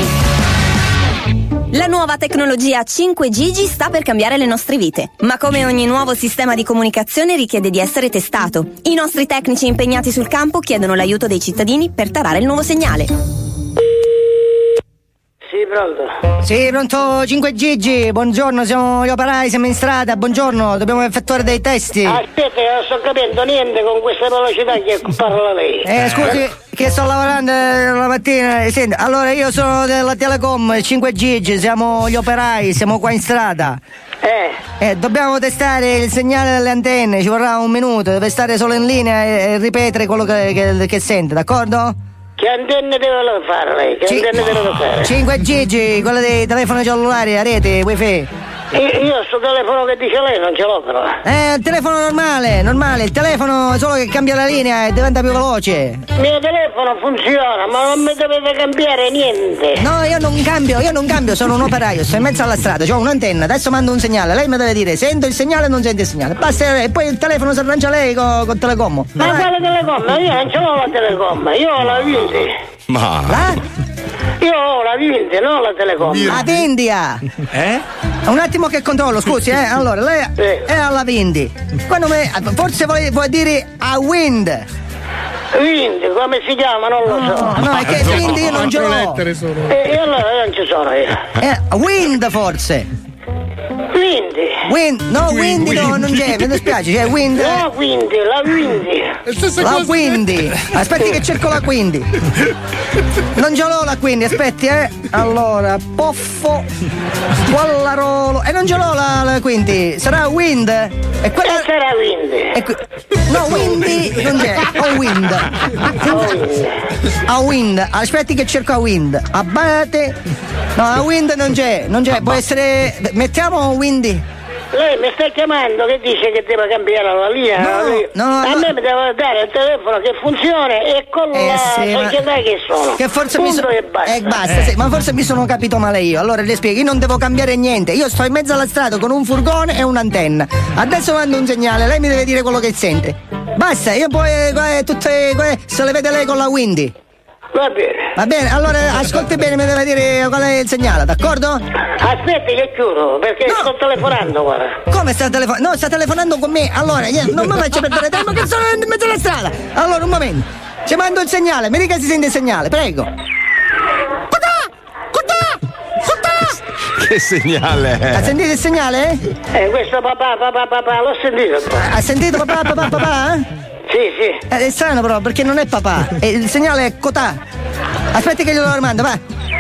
La nuova tecnologia 5G sta per cambiare le nostre vite, ma come ogni nuovo sistema di comunicazione richiede di essere testato. I nostri tecnici impegnati sul campo chiedono l'aiuto dei cittadini per tarare il nuovo segnale. Sì, pronto? Sì, pronto 5GG, buongiorno, siamo gli operai, siamo in strada, buongiorno, dobbiamo effettuare dei testi. Aspetta, non sto capendo niente con questa velocità che parla lei. Scusi, che sto lavorando la mattina, senti, allora io sono della Telecom 5GG, siamo gli operai, siamo qua in strada. Dobbiamo testare il segnale delle antenne, ci vorrà un minuto, deve stare solo in linea e ripetere quello che sente, d'accordo? Che antenne devo fare lei? Che antenne devo fare? 5GG, quella dei telefoni cellulari, a rete, wifi. Io sto telefono che dice lei non ce l'ho però. Il telefono normale, il telefono solo che cambia la linea e diventa più veloce. Il mio telefono funziona, ma non mi dovete cambiare niente. No, io non cambio, sono un operaio, sto in mezzo alla strada, ho un'antenna, adesso mando un segnale, lei mi deve dire sento il segnale o non sento il segnale. Basta, e poi il telefono si arrangia lei con Telecom. Ma quale Telecom? Io non ce l'ho la Telecom, io ho la Vinti. Io ho la Vinti, non la Telecom. La Vindia! Un attimo che controllo, scusi, Allora, lei è alla Vinti. Forse vuoi dire a Wind. Wind, come si chiama? Non lo so. No, è che Wind io non ce l'ho. E allora io non ci sono io. Wind forse. Wind, no, non c'è, mi dispiace, c'è Wind. No, Windy, la Windy. La Windy. Aspetti che cerco la Windy. Non ce l'ho la Windy, aspetti, Allora, Poffo, Quallarolo. E non ce l'ho la Windy. Sarà Wind? E quella sarà Windy. No, Windy non c'è. A Wind. Aspetti che cerco a Wind. Abate. No, a Wind non c'è. Può essere. Mettiamo Windy. Lei mi sta chiamando che dice che deve cambiare la linea. A me mi deve dare il telefono che funziona e con la società che sono. Che forse basta. Sì, ma forse mi sono capito male io. Allora le spiego, io non devo cambiare niente. Io sto in mezzo alla strada con un furgone e un'antenna. Adesso mando un segnale, lei mi deve dire quello che sente. Basta, io poi se le vede lei con la Windy. Va bene, allora ascolti bene, mi deve dire qual è il segnale, d'accordo? Aspetti che chiudo, perché sto telefonando, guarda. Come sta telefonando? No, sta telefonando con me, allora, non mi faccia perdere tempo che sono in mezzo alla strada. Allora, un momento, ci mando il segnale, mi dica se sente il segnale, prego. Che segnale è? Ha sentito il segnale? Questo papà, l'ho sentito. Ha sentito papà? Sì. È strano però, perché non è papà. Il segnale è cotà. Aspetti che glielo rimando, va.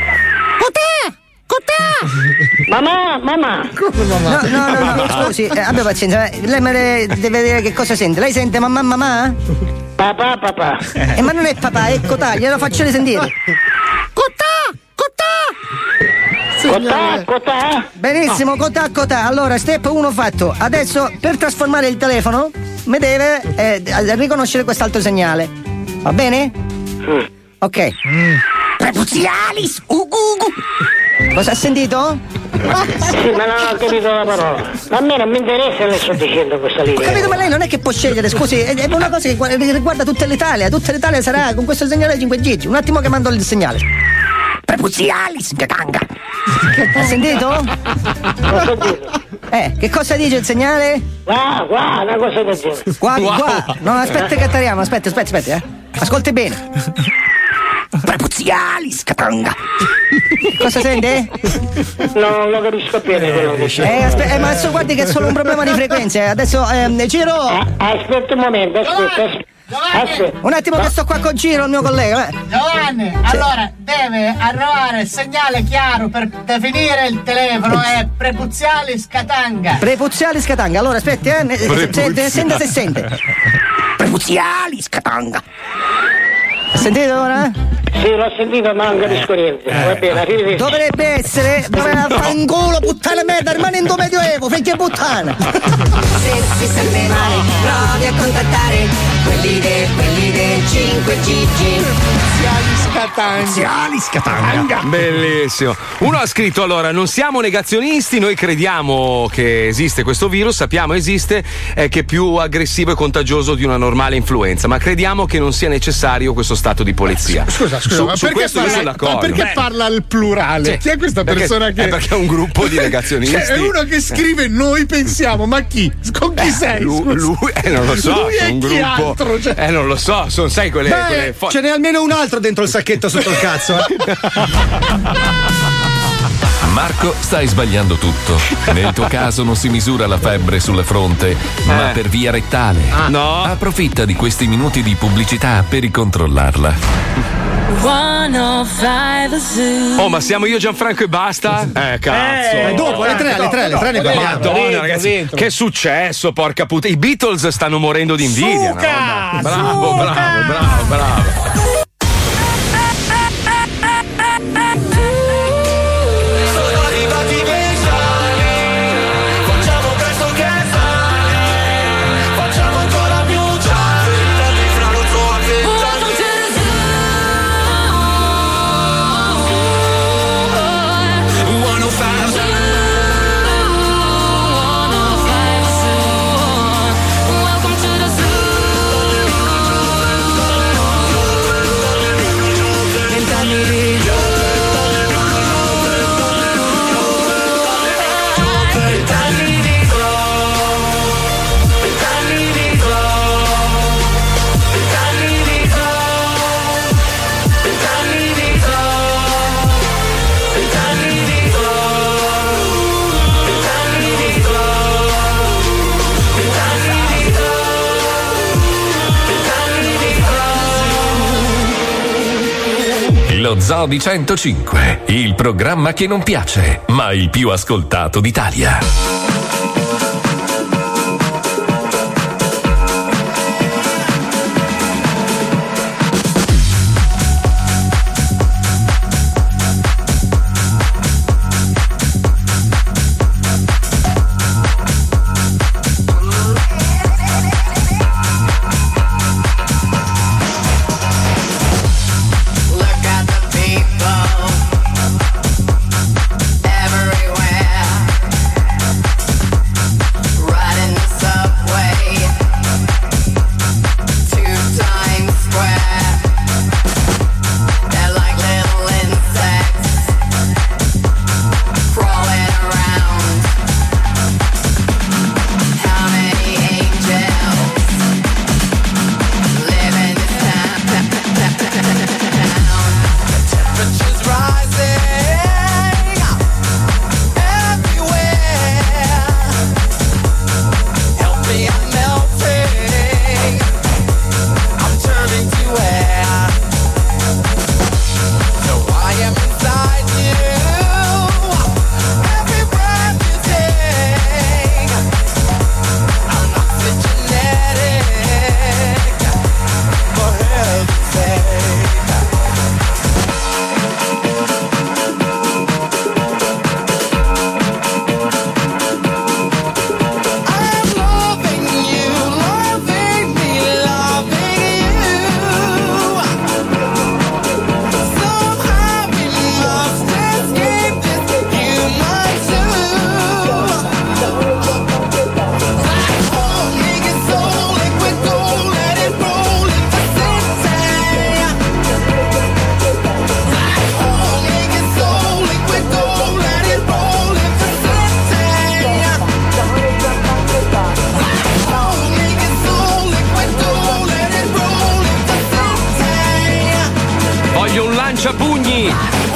Cotà! Mamma! No, scusi, abbia pazienza. Lei mi deve dire che cosa sente. Lei sente mamma? Papà. Ma non è papà, è cotà, glielo faccio risentire. Cotà? Benissimo, cotà. Allora, step 1 fatto. Adesso, per trasformare il telefono, mi deve riconoscere quest'altro segnale. Va bene? Ok. Prepuzialis, Cosa ha sentito? Sì, ma non ho capito la parola. A me non mi interessa le sto dicendo questa linea. Ho capito, ma lei non è che può scegliere, scusi, è una cosa che riguarda tutta l'Italia. Tutta l'Italia sarà con questo segnale 5G. Un attimo che mando il segnale. Prepuzialis, gatanga. Ha sentito? Ho sentito. Che cosa dice il segnale? Qua, una cosa del genere. Qua. No, aspetta che attariamo, aspetta. Ascolti bene. Prepuzialis, gatanga. Cosa sente? No, non lo capisco bene quello che dice. Ma adesso guardi che è solo un problema di frequenze. Adesso, Ciro. Aspetta un momento, aspetta. Un attimo che sto qua con Ciro, il mio collega. Giovanni, allora deve arrivare il segnale chiaro per definire il telefono, è prepuzialis catanga. Allora aspetti, senta se sente. Prepuzialis catanga. Ha sentito ora? Sì, l'ho sentito, ma non capisco niente. Va bene, arrivederci. Dovrebbe essere fanculo, puttana merda, rimane in medioevo, figlia puttana. Se si sente male, provi a contattare quelli del 5GG. Scatanga. Bellissimo. Uno ha scritto: allora, non siamo negazionisti, noi crediamo che esiste questo virus, sappiamo esiste, che è più aggressivo e contagioso di una normale influenza, ma crediamo che non sia necessario questo stato di polizia. Scusa, ma su questo io sono d'accordo. Ma perché parla al plurale? Chi è questa persona che. Perché è un gruppo di negazionisti. È uno che scrive noi pensiamo, ma chi? Con chi sei? Lui non lo so. Lui è un chi gruppo. Altro, cioè. Non lo so, sono sai quelle ce n'è almeno un altro dentro il sacchetto sotto il cazzo. Marco, stai sbagliando tutto. Nel tuo caso non si misura la febbre sulla fronte, ma per via rettale. No. Approfitta di questi minuti di pubblicità per ricontrollarla. Oh, ma siamo io, Gianfranco e basta? Cazzo. Dopo, alle 3 ne parliamo. Madonna, ragazzi, che è successo, porca puttana. I Beatles stanno morendo di invidia. Suca, no? Bravo. Lo Zoo di 105, il programma che non piace, ma il più ascoltato d'Italia. lanciapugni!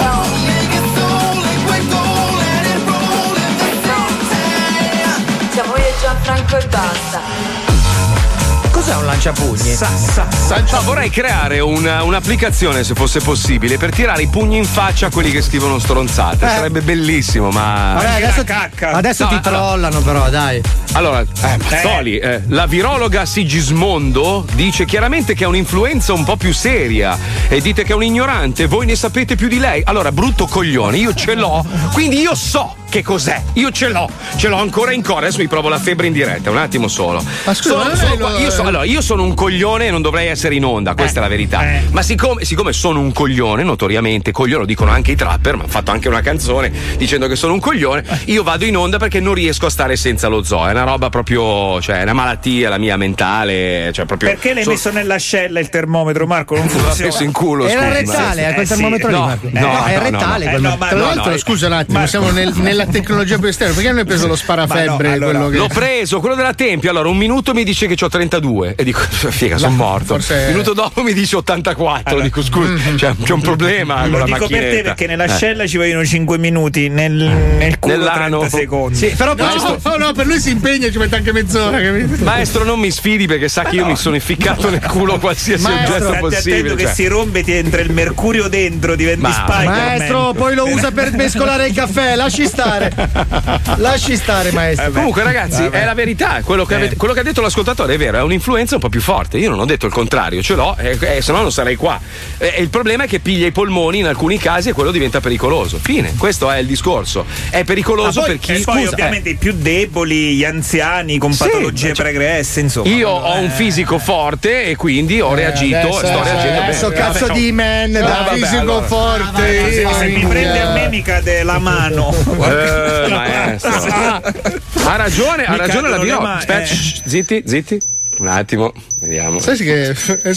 Siamo io e Gianfranco e basta. Cos'è un lanciapugni? No, vorrei creare un'applicazione, se fosse possibile, per tirare i pugni in faccia a quelli che scrivono stronzate. Sarebbe bellissimo, ma. Adesso ti trollano, però, dai. Allora, Mazzoli, la virologa Sigismondo dice chiaramente che ha un'influenza un po' più seria e dite che è un ignorante, voi ne sapete più di lei. Allora, brutto coglione, io ce l'ho, quindi io so che cos'è. Io ce l'ho ancora in corda. Adesso mi provo la febbre in diretta, un attimo solo. Ma scusa, io sono un coglione e non dovrei essere in onda, questa è la verità. Ma siccome sono un coglione, notoriamente coglione, lo dicono anche i trapper, ma ho fatto anche una canzone dicendo che sono un coglione, io vado in onda perché non riesco a stare senza lo zoo. È una roba proprio, cioè, è una malattia la mia mentale, cioè proprio. Perché l'hai messo nell'ascella il termometro, Marco? Non funziona. L'ho messo in culo. Era rettale, quel termometro lì, Marco. No, è rettale. Tra l'altro, scusa un attimo, siamo nella tecnologia più esterna, perché non hai preso lo sparafebbre? L'ho preso, quello della Tempio. Allora, un minuto mi dice che ho 32 e dico, figa, sono morto. Un minuto dopo mi dice 84. Dico, scusa, c'è un problema. Lo con la dico macchinetta. per te perché nell'ascella ci vogliono 5 minuti, nel culo nell'ano 30 secondi. Sì, però no, per lui si impegna e ci mette anche mezz'ora, capito? Maestro, non mi sfidi perché sa che io mi sono inficcato nel culo qualsiasi oggetto possibile. Attento che si rompe, ti entra il mercurio dentro, diventi Spider-Man. Maestro, poi lo usa per mescolare il caffè, lasci stare, maestro. Comunque, ragazzi, è la verità. Quello che ha detto l'ascoltatore è vero, è un'influenza un po' più forte. Io non ho detto il contrario, ce l'ho, se no non sarei qua. Il problema è che piglia i polmoni in alcuni casi e quello diventa pericoloso. Fine, questo è il discorso. È pericoloso per chi. E poi, ovviamente, i più deboli, gli anziani con patologie pregresse, insomma. Io ho un fisico forte e quindi ho reagito. Sto reagendo adesso bene. cazzo di man da fisico forte. Se mi prende a me mi cade la mano. Maestro. Ha ragione la Viola. Aspetta, zitti. Un attimo, vediamo. Sai che è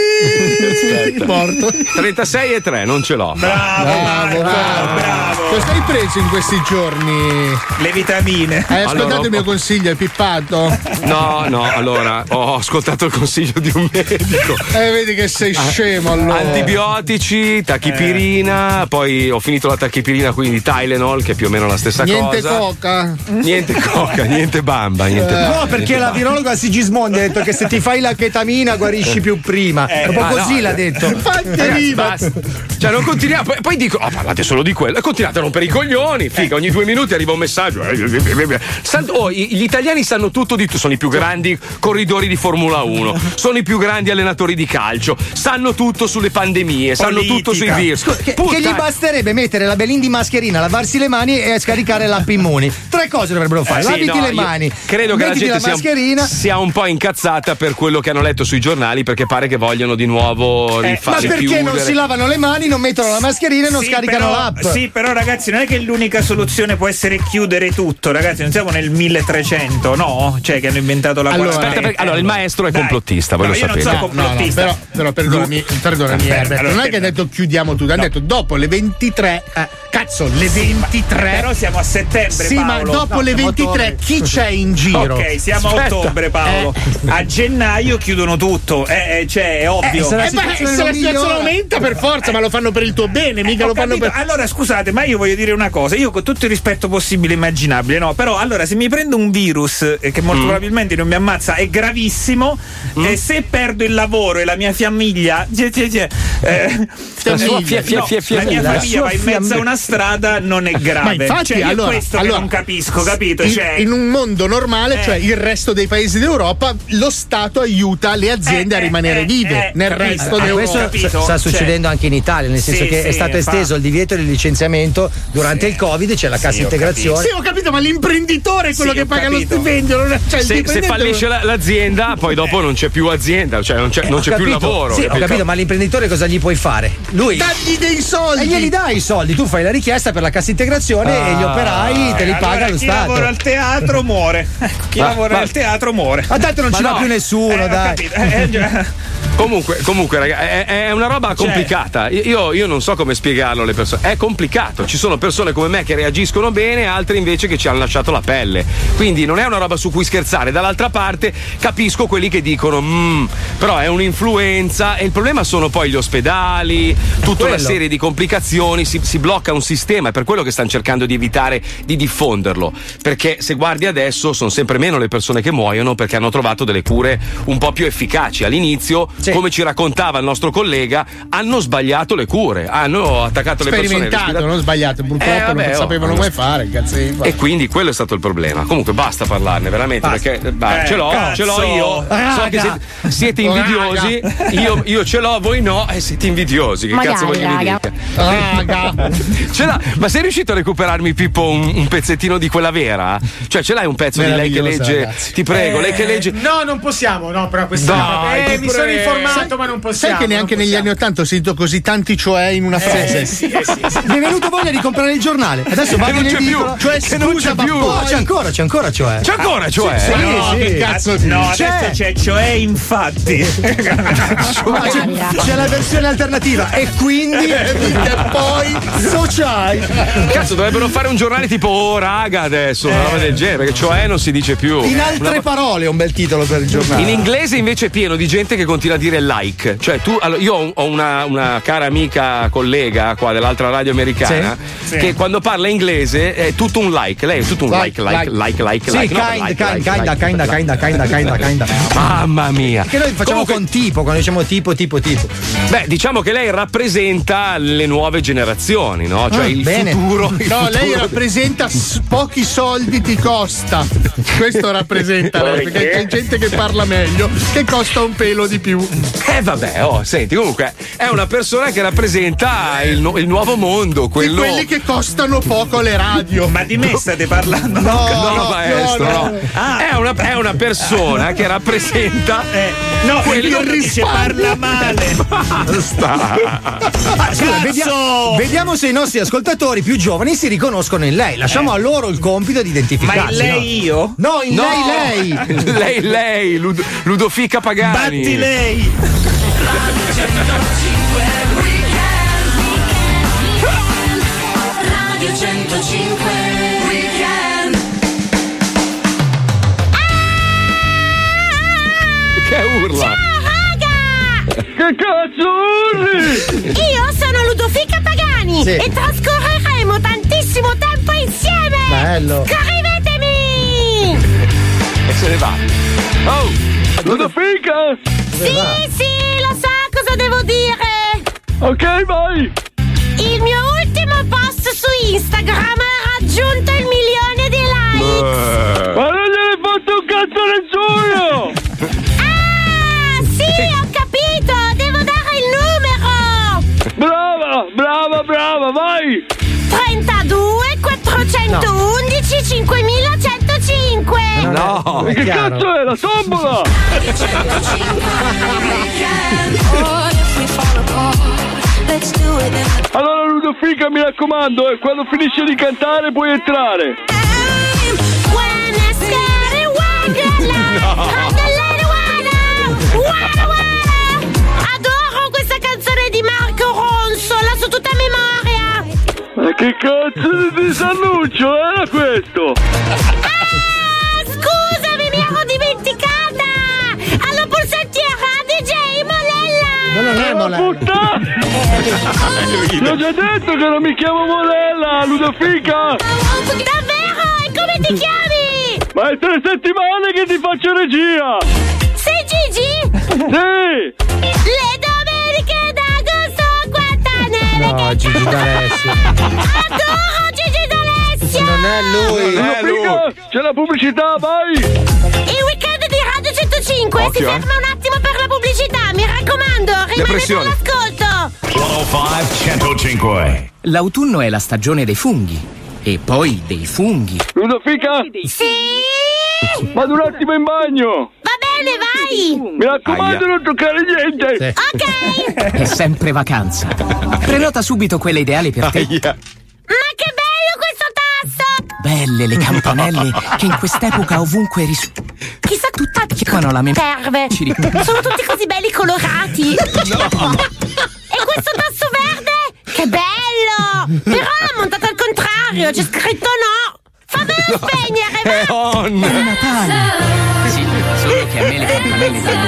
morto. 36,3, non ce l'ho. Bravo. Cosa hai preso in questi giorni? Le vitamine. Hai ascoltato il mio consiglio, hai pippato? No, allora, ho ascoltato il consiglio di un medico. Vedi che sei scemo allora. Antibiotici, tachipirina, poi ho finito la tachipirina, quindi Tylenol, che è più o meno la stessa niente cosa. Coca. Niente coca, niente bamba. No, perché la virologa Sigismondi ha detto detto che se ti fai la chetamina guarisci più prima. Un po' così l'ha detto. Ragazzi, cioè non continuiamo, poi dico, parlate solo di quello e continuate a rompere i coglioni, figa, ogni 2 minuti arriva un messaggio. Gli italiani sanno tutto di tutto, sono i più grandi corridori di Formula 1, sono i più grandi allenatori di calcio, sanno tutto sulle pandemie, sanno tutto sui virus. Che gli basterebbe mettere la Belin di mascherina, lavarsi le mani e scaricare l'app Immuni. 3 cose dovrebbero fare: laviti le mani, credo che la gente sia un po' incazzata per quello che hanno letto sui giornali, perché pare che vogliono di nuovo rifare. Ma perché non si lavano le mani, non mettono la mascherina e non scaricano l'app? Sì, però ragazzi, non è che l'unica soluzione può essere chiudere tutto, ragazzi, non siamo nel 1300, no? Cioè che hanno inventato la quarantena. Allora il maestro è complottista, voi lo sapete. Io non sono complottista. Però perdonami, Herbert, non è che ha detto chiudiamo tutto, hanno detto dopo le 23. Cazzo, le 23. Però siamo a settembre, sì, Paolo. ma dopo le 23 chi c'è in giro? Ok, siamo a ottobre, Paolo. A gennaio chiudono tutto. Cioè, è ovvio. Se la situazione aumenta per forza, ma lo fanno per il tuo bene, mica lo fanno per. Allora, scusate, ma io voglio dire una cosa. Io con tutto il rispetto possibile e immaginabile, no? Però allora se mi prendo un virus che molto probabilmente non mi ammazza, è gravissimo. E se perdo il lavoro e la mia famiglia la mia famiglia va in mezzo a una strada, non è grave. Ma infatti, cioè, io questo che non capisco, capito? Cioè, in un mondo normale, cioè il resto dei paesi d'Europa, lo Stato aiuta le aziende a rimanere vive. Nel resto d'Europa. Questo sta succedendo anche in Italia, nel senso che è stato esteso il divieto di licenziamento durante il Covid, c'è la cassa integrazione. Sì, ho capito, ma l'imprenditore è quello che paga lo stipendio. Se fallisce l'azienda, poi dopo non c'è più azienda, cioè non c'è più lavoro. Sì, ho capito, ma l'imprenditore cosa gli puoi fare? Lui dagli dei soldi e glieli dai i soldi, tu fai la richiesta per la cassa integrazione e gli operai te li paga lo Stato. Chi lavora al teatro muore. Chi lavora al teatro muore. Ma tanto non ci va più nessuno, dai. Comunque, raga, è una roba complicata. Io non so come spiegarlo alle persone. È complicato. Ci sono persone come me che reagiscono bene, altre invece che ci hanno lasciato la pelle. Quindi non è una roba su cui scherzare. Dall'altra parte capisco quelli che dicono però è un'influenza, e il problema sono poi gli ospedali, tutta una serie di complicazioni, si blocca un sistema. È per quello che stanno cercando di evitare di diffonderlo, perché se guardi adesso sono sempre meno le persone che muoiono perché hanno trovato delle cure un po' più efficaci. All'inizio, come ci raccontava il nostro collega, hanno sbagliato le cure, hanno attaccato le persone. Sperimentato, non sbagliato, purtroppo non sapevano come fare, e quindi quello è stato il problema. Comunque basta parlarne veramente, perché ce l'ho io. So che siete invidiosi, io ce l'ho, voi no, e siete invidiosi. Che cazzo voglio dire? Ce l'ha. Ma sei riuscito a recuperarmi, Pippo, un pezzettino di quella vera? Cioè ce l'hai un pezzo di lei che legge? Ragazzi. Ti prego, lei che legge. No, non possiamo, no, però questa mi sono informato, ma non possiamo. Sai che neanche negli anni '80 ho sentito così tanti cioè in una frase. Sì. Mi è venuto voglia di comprare il giornale. Adesso va non c'è più. Cioè non c'è più. C'è ancora cioè. C'è ancora cioè. Sì. Che cazzo no, adesso c'è cioè infatti. C'è la versione alternativa e quindi poi c'hai. Cazzo, dovrebbero fare un giornale tipo raga adesso, una roba del genere, perché cioè non si dice più. In altre parole è un bel titolo per il giornale. In inglese invece è pieno di gente che continua a dire like. Cioè io ho una cara amica collega qua dell'altra radio americana che quando parla inglese è tutto un like. Lei è tutto un like. Kinda. Mamma mia. Che noi facciamo con tipo, quando diciamo tipo. Beh, diciamo che lei rappresenta le nuove generazioni, no? Cioè il futuro. Lei rappresenta pochi soldi ti costa. Questo rappresenta lei, perché c'è gente che parla meglio, che costa un pelo di più. Senti, comunque è una persona che rappresenta il nuovo mondo, quello. Di quelli che costano poco le radio. Ma di me state parlando? No, maestro, no. È una persona che rappresenta quello che dice parla male. Basta. Vediamo se i nostri ascoltatori più giovani si riconoscono in lei. Lasciamo a loro il compito di identificarsi. Ma in lei io? No, in lei. Ludovica Pagani. Batti lei. Radio 105 Weekend. Che urla? Ciao raga! Che cazzo urli? Io sono Ludovica Pagani e trascorreremo tantissimo tempo insieme. Bello. Scrivetemi! se ne va. Oh, Ludovica! Sì, lo sa cosa devo dire. Ok, vai. Il mio ultimo post su Instagram ha raggiunto il 1 milione di likes. Ma non gliene fatto un cazzo nessuno! Ah, sì, ho capito, devo dare il numero. Brava, vai. 32 411 5105. No, che cazzo è la tombola? Allora Ludovica, mi raccomando, quando finisce di cantare puoi entrare. Adoro questa canzone di Marco Ronzo, la so tutta a memoria. Ma che cazzo di disannuncio era questo? Scusami, mi ero dimenticata. Alla polsettiera DJ Molella. No, non è Molella. Ti ho già detto che non mi chiamo Molella, Ludovica. Davvero? E come ti chiami? Ma è 3 settimane che ti faccio regia. Sei Gigi? Sì. Le domeniche d'agosto, quanta neve. No, Gigi D'Alessio. Adoro Gigi D'Alessio. Non è lui. Ludovica, c'è la pubblicità, vai. Il weekend di Radio 105 si Occhio, ferma un attimo per la pubblicità, mi raccomando, rimanete all'ascolto. 105. L'autunno è la stagione dei funghi. E poi dei funghi. Ludovica? Sì? Vado un attimo in bagno. Va bene, vai. Mi raccomando, non toccare niente. Sì. Ok. È sempre vacanza. Prenota subito quella ideale per te. Ma che bello questo tasto. Belle le campanelle che in quest'epoca ovunque Chissà tutta chiamano la serve. Sono tutti così belli colorati. No. E questo tasto verde? Che bello. Però l'ha montato al contrario, c'è scritto no. Fammelo spegnere, va. È Natale. Sì, solo che a me le campanelle danno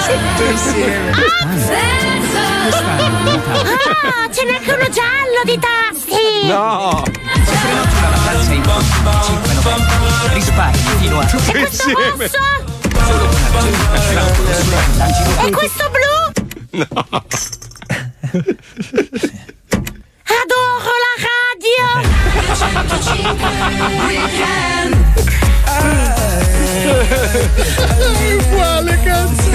Ah, ce n'è anche uno giallo di tasti. No. Se prenoti una vacanza in 5 novembre, risparmi fino a... E questo rosso? Solo con E questo blu? No. Adoro la radio. Uguale, cazzo.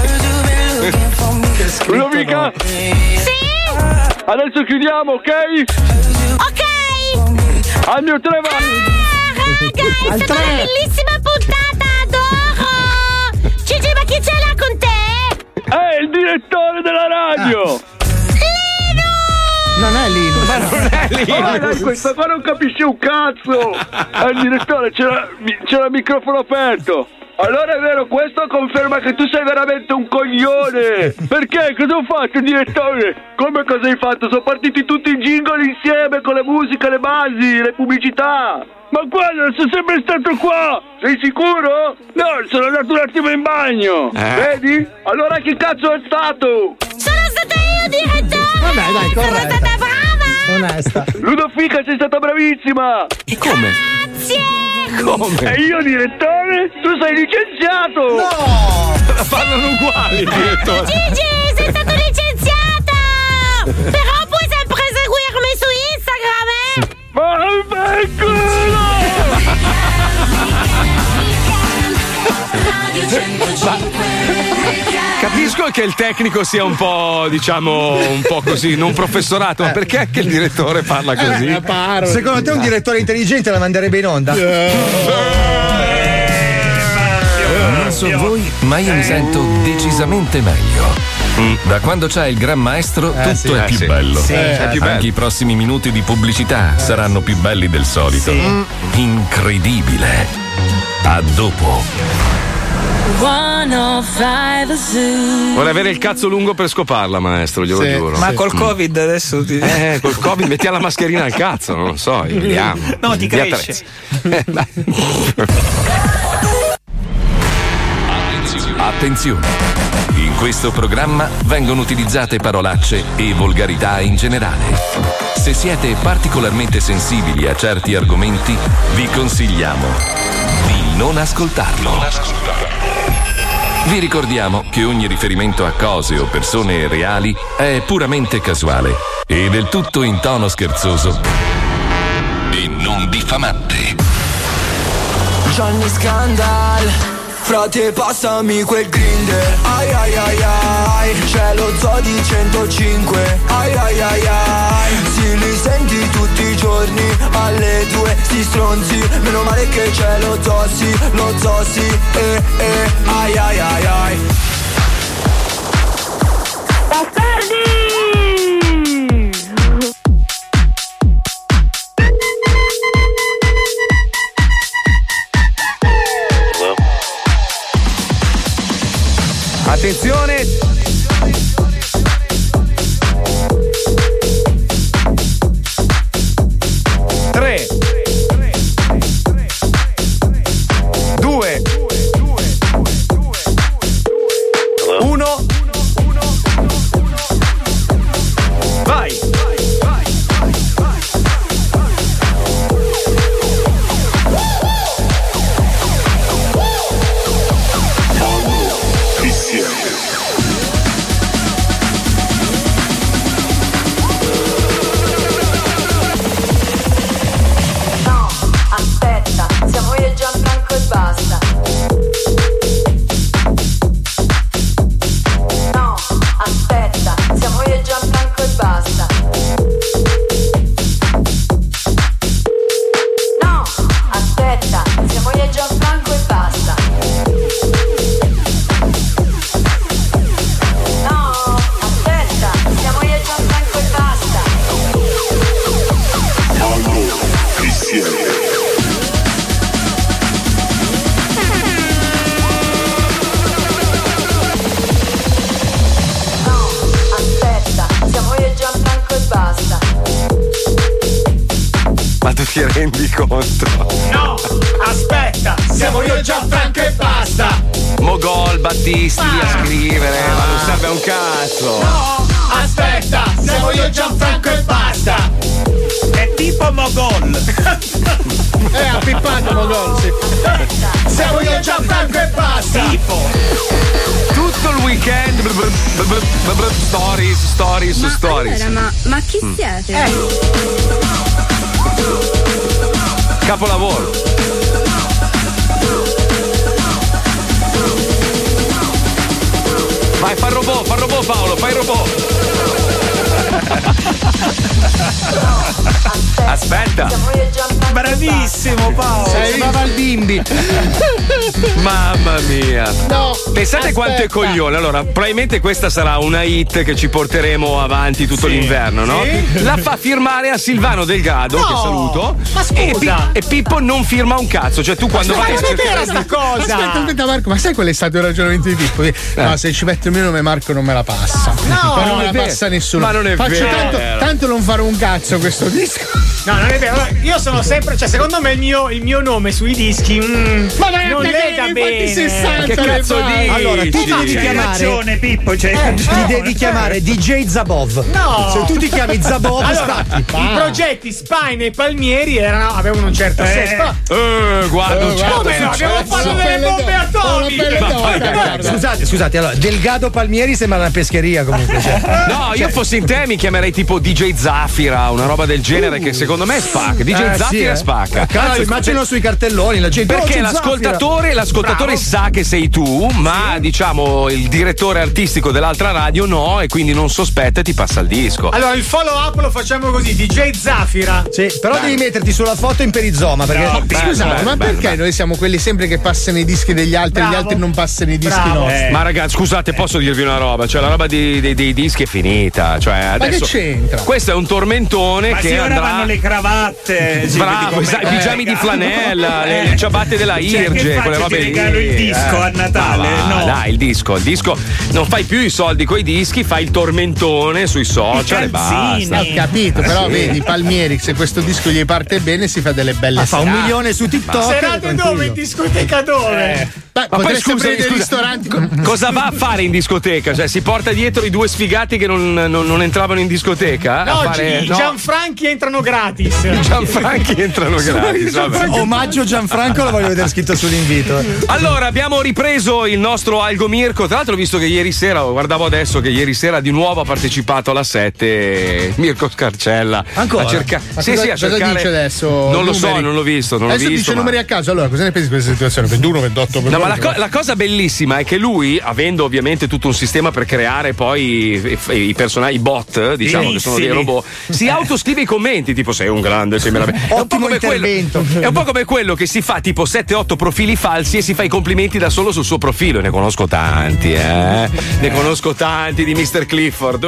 Ludovica? Sì? Adesso chiudiamo, ok? Ok. Al mio 3 va. Raga, è stata una bellissima puntata, adoro. Gigi, ma chi ce l'ha con te? È il direttore della radio. Non è Linus. Ma non è Linus. Ma dai, questo qua non capisce un cazzo. È il direttore, c'era il microfono aperto. Allora è vero, questo conferma che tu sei veramente un coglione. Perché? Cosa ho fatto, direttore? Come cosa hai fatto? Sono partiti tutti i jingle insieme con le musiche, le basi, le pubblicità. Ma guarda, sono sempre stato qua. Sei sicuro? No, sono andato un attimo in bagno. Vedi? Allora chi cazzo è stato? Sono stata io, direttore. Vabbè, dai, sono stata brava. Onesta. Ludovica, sei stata bravissima. E come? Grazie. Come? E io, direttore? Tu sei licenziato! No! Parlano uguali, direttore! Gigi, sei stato licenziato! Però puoi sempre seguirmi su Instagram, Capisco che il tecnico sia un po', diciamo, un po' così, non professorato, ma perché anche il direttore parla così? Secondo te un direttore intelligente la manderebbe in onda? Non so voi, ma io mi sento decisamente meglio. Da quando c'è il Gran Maestro tutto è più bello. Sì, è più bello. Anche i prossimi minuti di pubblicità saranno più belli del solito. Incredibile. A dopo. 105 Zoo. Vuole avere il cazzo lungo per scoparla, maestro, glielo giuro. Ma col Covid adesso ti... col Covid metti la mascherina al cazzo, non lo so, vediamo. No, ti cresce. Attenzione! In questo programma vengono utilizzate parolacce e volgarità in generale. Se siete particolarmente sensibili a certi argomenti, vi consigliamo di non ascoltarlo. Vi ricordiamo che ogni riferimento a cose o persone reali è puramente casuale e del tutto in tono scherzoso e non diffamante. Johnny Scandal, frate passami quel grinder. Ai ai ai ai, c'è lo zoo di 105. Ai ai ai ai, si li senti tutti i giorni alle 2, sti stronzi. Meno male che c'è lo zoo sì, ai ai ai ai. Bastardi! Attenzione! Tre, due, uno, vai! Ti rendi conto? No, aspetta, siamo io, Gianfranco e basta. Mogol, Battisti a scrivere, ma non serve a un cazzo. No, aspetta, siamo io, Gianfranco e basta. È tipo Mogol. Ha pippato Mogol, sì. Siamo io, Gianfranco e basta. Tipo. Tutto il weekend stories. Allora, ma chi siete? Capolavoro. Vai, fa il robot Paolo, fai il robot. Aspetta. Bravissimo Paolo. Sei al bimbi. Mamma mia. No. Pensate aspetta. quanto è coglione. Allora, probabilmente questa sarà una hit che ci porteremo avanti tutto l'inverno, no? Sì. La fa firmare a Silvano Delgado, che saluto. Ma scusa. E Pippo non firma un cazzo. Cioè, tu quando vai a non è cercare vera sta cosa. Aspetta Marco, ma sai qual è stato il ragionamento di Pippo? No, se ci metto il mio nome Marco non me la passa. No, ma non me è la vero. passa nessuno. Ma non è Faccio vero. tanto non fare un cazzo questo disco. No, non è vero. Allora, io sono sempre, cioè, secondo me il mio nome sui dischi ma vai non a lega infatti bene. 60 Che cazzo dici? Allora, tu ti devi C'hai chiamare. ragione Pippo, Ti devi chiamare DJ Zabov. No. Se tu ti chiami Zabov, Allora, stacchi. i progetti Spine e Palmieri avevano un certo senso. Guarda, un certo Come no? Abbiamo fatto delle bombe atomiche. Scusate, allora, Delgado Palmieri sembra una pescheria comunque. No, io fossi in te mi chiamerei tipo DJ Zafira, una roba del genere che secondo me spacca. DJ Zafira spacca. Cazzo, immagino sui cartelloni la gente. Perché l'ascoltatore Bravo. sa che sei tu, ma diciamo il direttore artistico dell'altra radio no, e quindi non sospetta e ti passa il disco. Allora, il follow up lo facciamo così: DJ Zafira. Sì, però devi metterti sulla foto in perizoma. Perché Scusate, ma perché noi siamo quelli sempre che passano i dischi degli altri e gli altri non passano i dischi nostri? Ma ragazzi, scusate, posso dirvi una roba? Cioè, la roba dei dischi è finita. Cioè, adesso, che c'entra? Questo è un tormentone Ma che sì, ora andrà. vanno le cravatte. Bravo, i pigiami di flanella, le ciabatte della Irge, quelle robe ti lì. regalo il disco a Natale? No. Dai, il disco. Non fai più i soldi coi dischi, fai il tormentone sui social e basta. Ho capito, però vedi Palmieri, se questo disco gli parte bene si fa delle belle fa serate. 1 milione su TikTok. Serate dove? In discoteca dove? Beh, Ma poi Potreste scusa, aprire dei ristoranti. Cosa va a fare in discoteca? Cioè, si porta dietro i due sfigati che non entravano in discoteca? No, i Gianfranchi entrano gratis. Gianfranchi entrano gratis. Omaggio Gianfranco, lo voglio vedere scritto sull'invito. Allora, abbiamo ripreso il nostro Algo Mirko. Tra l'altro, ho visto che ieri sera, guardavo adesso che ieri sera di nuovo ha partecipato alla 7 Mirko Scarcella. Ancora? A cercare. Ma Sì, cosa a cercare. dice adesso? Non lo so, non l'ho visto. Adesso dice numeri a caso. Allora, cosa ne pensi di questa situazione? 21, 28, No, ma la cosa bellissima è che lui, avendo ovviamente tutto un sistema per creare poi i personaggi, i bot, diciamo, che sono dei robot, si autoscrive i commenti, tipo sei un grande, sei meraviglioso. Ottimo intervento. È un po' come quello che si fa tipo 7-8 profili falsi e si fa i complimenti da solo sul suo profilo. Ne conosco tanti, Ne conosco tanti di Mr. Clifford.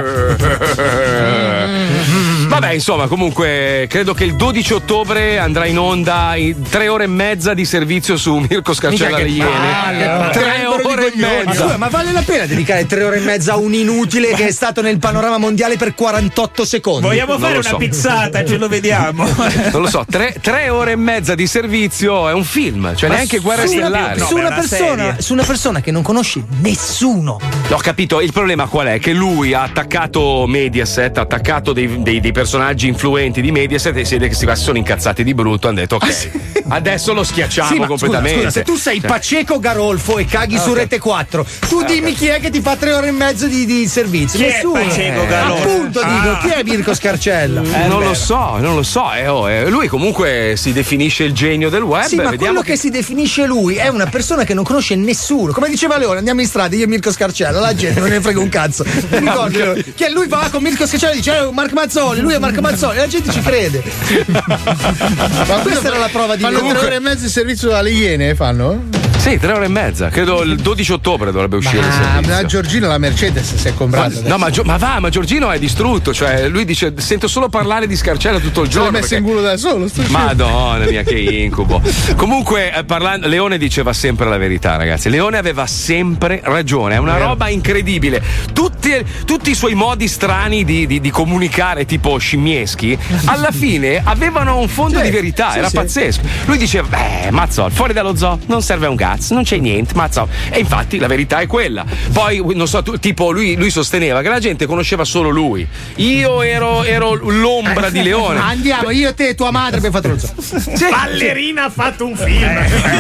Vabbè, insomma, comunque credo che il 12 ottobre andrà in onda 3 ore e mezza di servizio su Mirko Scarcella alle Iene. 3 ore e mezza. Ma vale la pena dedicare 3 ore e mezza a un inutile che è stato nel panorama mondiale per 48 secondi? Vogliamo fare una pizzata, ce lo vediamo. Non lo so, 3 ore e mezza di servizio è un film, cioè neanche Guerre Stellari. Su una persona che non conosci nessuno. Ho capito, il problema qual è? Che lui ha attaccato Mediaset, ha attaccato dei personaggi influenti di Mediaset e si vede che si sono incazzati di brutto, hanno detto ok, adesso lo schiacciamo completamente. Scusa, se tu sei Paceco Garolfo e caghi su Rete 4, tu dimmi chi è che ti fa 3 ore e mezzo di servizio. Chi Nessuno. è Paceco Garolfo? Appunto dico, chi è Mirko Scarcella? Non lo so. Lui comunque si definisce il genio del web. Sì, ma quello che si definisce lui è una persona che non conosce nessuno. Come diceva Leone, andiamo in strada, io e Mirko Scarcella, la gente non ne frega un cazzo. Mi ricordo che lui va con Mirko Scarcella e dice Marco Mazzoli, lui è Marco Mazzoli, e la gente ci crede. Ma questa era la prova di fanno 3 ore e mezza di servizio alle Iene, fanno? Sì, 3 ore e mezza. Credo il 12 ottobre dovrebbe uscire il servizio. Ma Giorgino la Mercedes si è comprata. No, ma Giorgino è distrutto. Cioè, lui dice: sento solo parlare di Scarcella tutto il giorno. Si è messo in culo da solo. Madonna mia, che incubo. Comunque, Leone diceva sempre la verità, ragazzi. Leone aveva sempre ragione. È una roba incredibile. Tutti i suoi modi strani di comunicare, tipo scimmieschi, alla fine avevano un fondo di verità. Era pazzesco. Lui diceva: Mazzol, fuori dallo zoo non serve un cazzo, non c'è niente, Mazzol. E infatti la verità è quella. Poi, non so, tipo lui sosteneva che la gente conosceva solo lui. Io ero l'ombra di Leone. Andiamo, io, te, tua madre abbiamo fatto lo zoo. Ballerina ha fatto un film.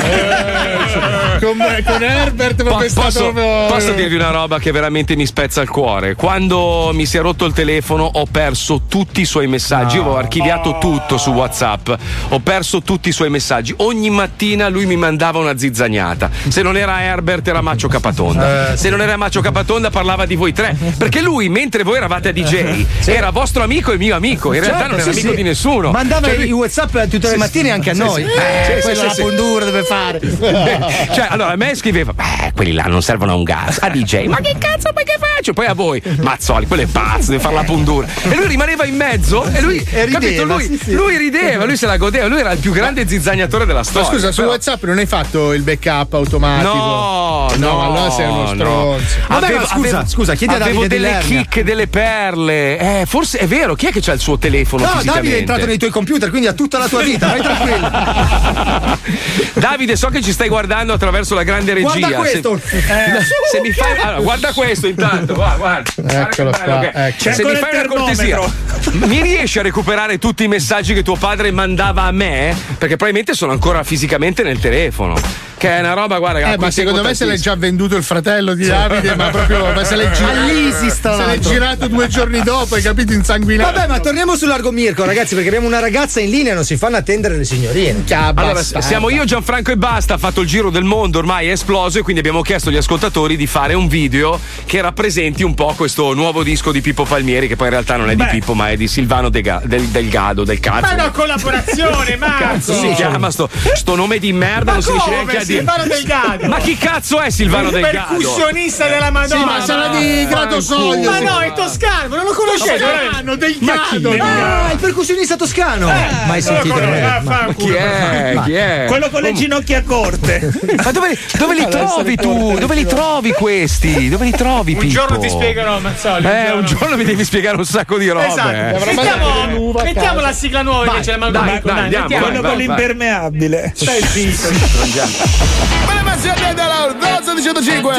Con Herbert posso dirvi una roba che veramente mi spezza il cuore. Quando mi si è rotto il telefono ho perso tutti i suoi messaggi. Io avevo archiviato tutto su WhatsApp, ho perso tutti i suoi messaggi. Ogni mattina lui mi mandava una zizzagnata. Se non era Herbert era Maccio Capatonda. Se non era Maccio Capatonda parlava di voi tre. Perché lui, mentre voi eravate a DJ, era vostro amico e mio amico. In realtà non era amico di nessuno. Mandava i WhatsApp tutte le mattine anche a noi. Quella la Pondura deve fare. Cioè, allora a me scriveva: quelli là non servono a un gas. A DJ, ma che cazzo, ma che faccio? Poi a voi, Mazzoli, quello è pazzo, deve fare la Pondura. E lui rimaneva in mezzo e lui rideva. Capito? Lui rideva, lui se la godeva, lui era il più grande zizzagnatore della storia. Ma scusa, su WhatsApp non hai fatto il backup automatico? No, allora sei uno stronzo. Scusa, chiedi a Davide avevo delle chicche, delle perle. Forse è vero, chi è che c'ha il suo telefono? No, Davide è entrato nei tuoi computer, quindi ha tutta la tua vita, vai tranquillo. Davide, so che ci stai guardando attraverso la grande regia. Guarda questo. Se mi fai, allora, guarda questo intanto, guarda. Eccolo qua. Se mi fai una cortesia, mi riesci a recuperare tutti i messaggi che tuo padre mandava a me? Perché probabilmente sono ancora fisicamente nel telefono. Che è una roba, guarda. Ma secondo me se l'è già venduto il fratello di Davide, ma proprio se l'è girato 2 giorni dopo, hai capito, insanguinato. Vabbè, ma torniamo sull'Argo Mirko, ragazzi, perché abbiamo una ragazza in linea e non si fanno attendere le signorine. Allora, siamo io, Gianfranco e basta, ha fatto il giro del mondo, ormai è esploso, e quindi abbiamo chiesto agli ascoltatori di fare un video che rappresenti un po' questo nuovo disco di Pippo Palmieri, che poi in realtà non è di Pippo, ma è di Silvano del Gado, del cazzo. Ma è una collaborazione, cazzo si chiama sto nome di merda, non si riesce neanche a dire. Silvano del Gado. Ma chi cazzo è Silvano del Gado? Percussionista della Madonna. Sì, ma sarà di Grado Soglio. Ma no, è toscano, non lo conoscete? Toscano del Gado. Il percussionista toscano. Mai sentito? Ma chi è? Quello con le ginocchia corte. Ma dove li trovi tu? Dove li trovi questi? Dove li trovi, Pippo? Un giorno ti spiegano, Mazzoli. Un giorno mi devi spiegare un sacco di robe. Esatto. Mettiamo la sigla nuova invece del Malgomerico. Quello con l'impermeabile. Stai zitto. Buonasera 105.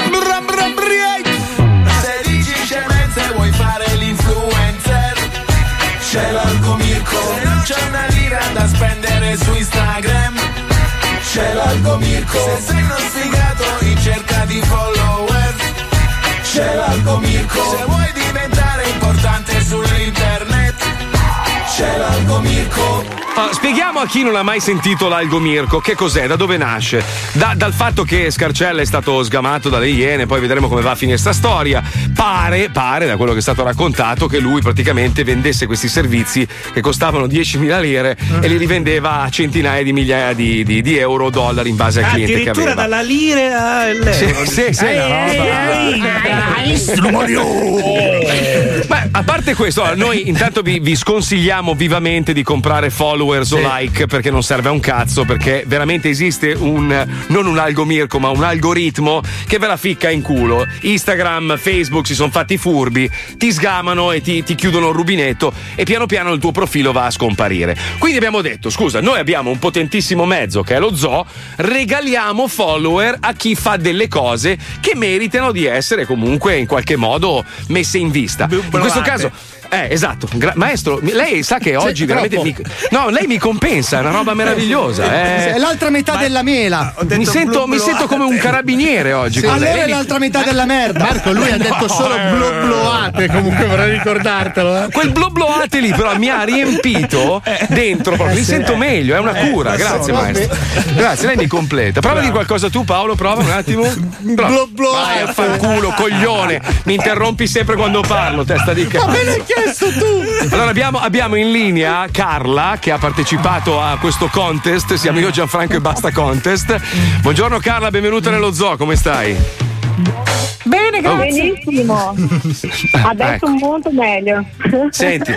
Se dici scemenze vuoi fare l'influencer, c'è l'Algo Mirko. Se non c'è una lira da spendere su Instagram, c'è l'Algo Mirko. Se sei uno sfigato in cerca di follower, c'è l'Algo Mirko. Se vuoi diventare importante sull'internet, c'è l'Algo Mirko. Spieghiamo a chi non ha mai sentito l'Algo Mirko che cos'è, da dove nasce. Dal fatto che Scarcella è stato sgamato dalle Iene, poi vedremo come va a finire sta storia. Pare, da quello che è stato raccontato, che lui praticamente vendesse questi servizi che costavano 10.000 lire e li rivendeva a centinaia di migliaia di euro o dollari in base al cliente che aveva. Addirittura dalla lira all'euro. Sì, Beh, a parte questo, noi intanto vi sconsigliamo vivamente di comprare followers o like, perché non serve a un cazzo, perché veramente esiste non un Algo Mirko, ma un algoritmo che ve la ficca in culo. Instagram, Facebook si sono fatti furbi, ti sgamano e ti chiudono il rubinetto e piano piano il tuo profilo va a scomparire. Quindi abbiamo detto, scusa, noi abbiamo un potentissimo mezzo che è lo zoo, regaliamo follower a chi fa delle cose che meritano di essere comunque in qualche modo messe in vista. In questo caso esatto, maestro, lei sa che oggi veramente lei mi compensa, è una roba meravigliosa. È l'altra metà della mela. Mi sento come un carabiniere oggi. Sì, allora è l'altra metà della merda. Marco, lui ha detto solo blobloate, comunque vorrei ricordartelo. Quel blobloate lì però mi ha riempito dentro proprio, mi sento meglio, è una cura. Grazie maestro. Grazie, lei mi completa. Prova di qualcosa tu, Paolo, prova un attimo. Vai a far culo, coglione. Mi interrompi sempre quando parlo, testa di cazzo. Tu. Allora abbiamo in linea Carla che ha partecipato a questo contest, siamo io, Gianfranco e Basta Contest. Buongiorno Carla, benvenuta nello zoo, come stai? Bene, grazie. Benissimo. Adesso ecco. molto meglio. Senti,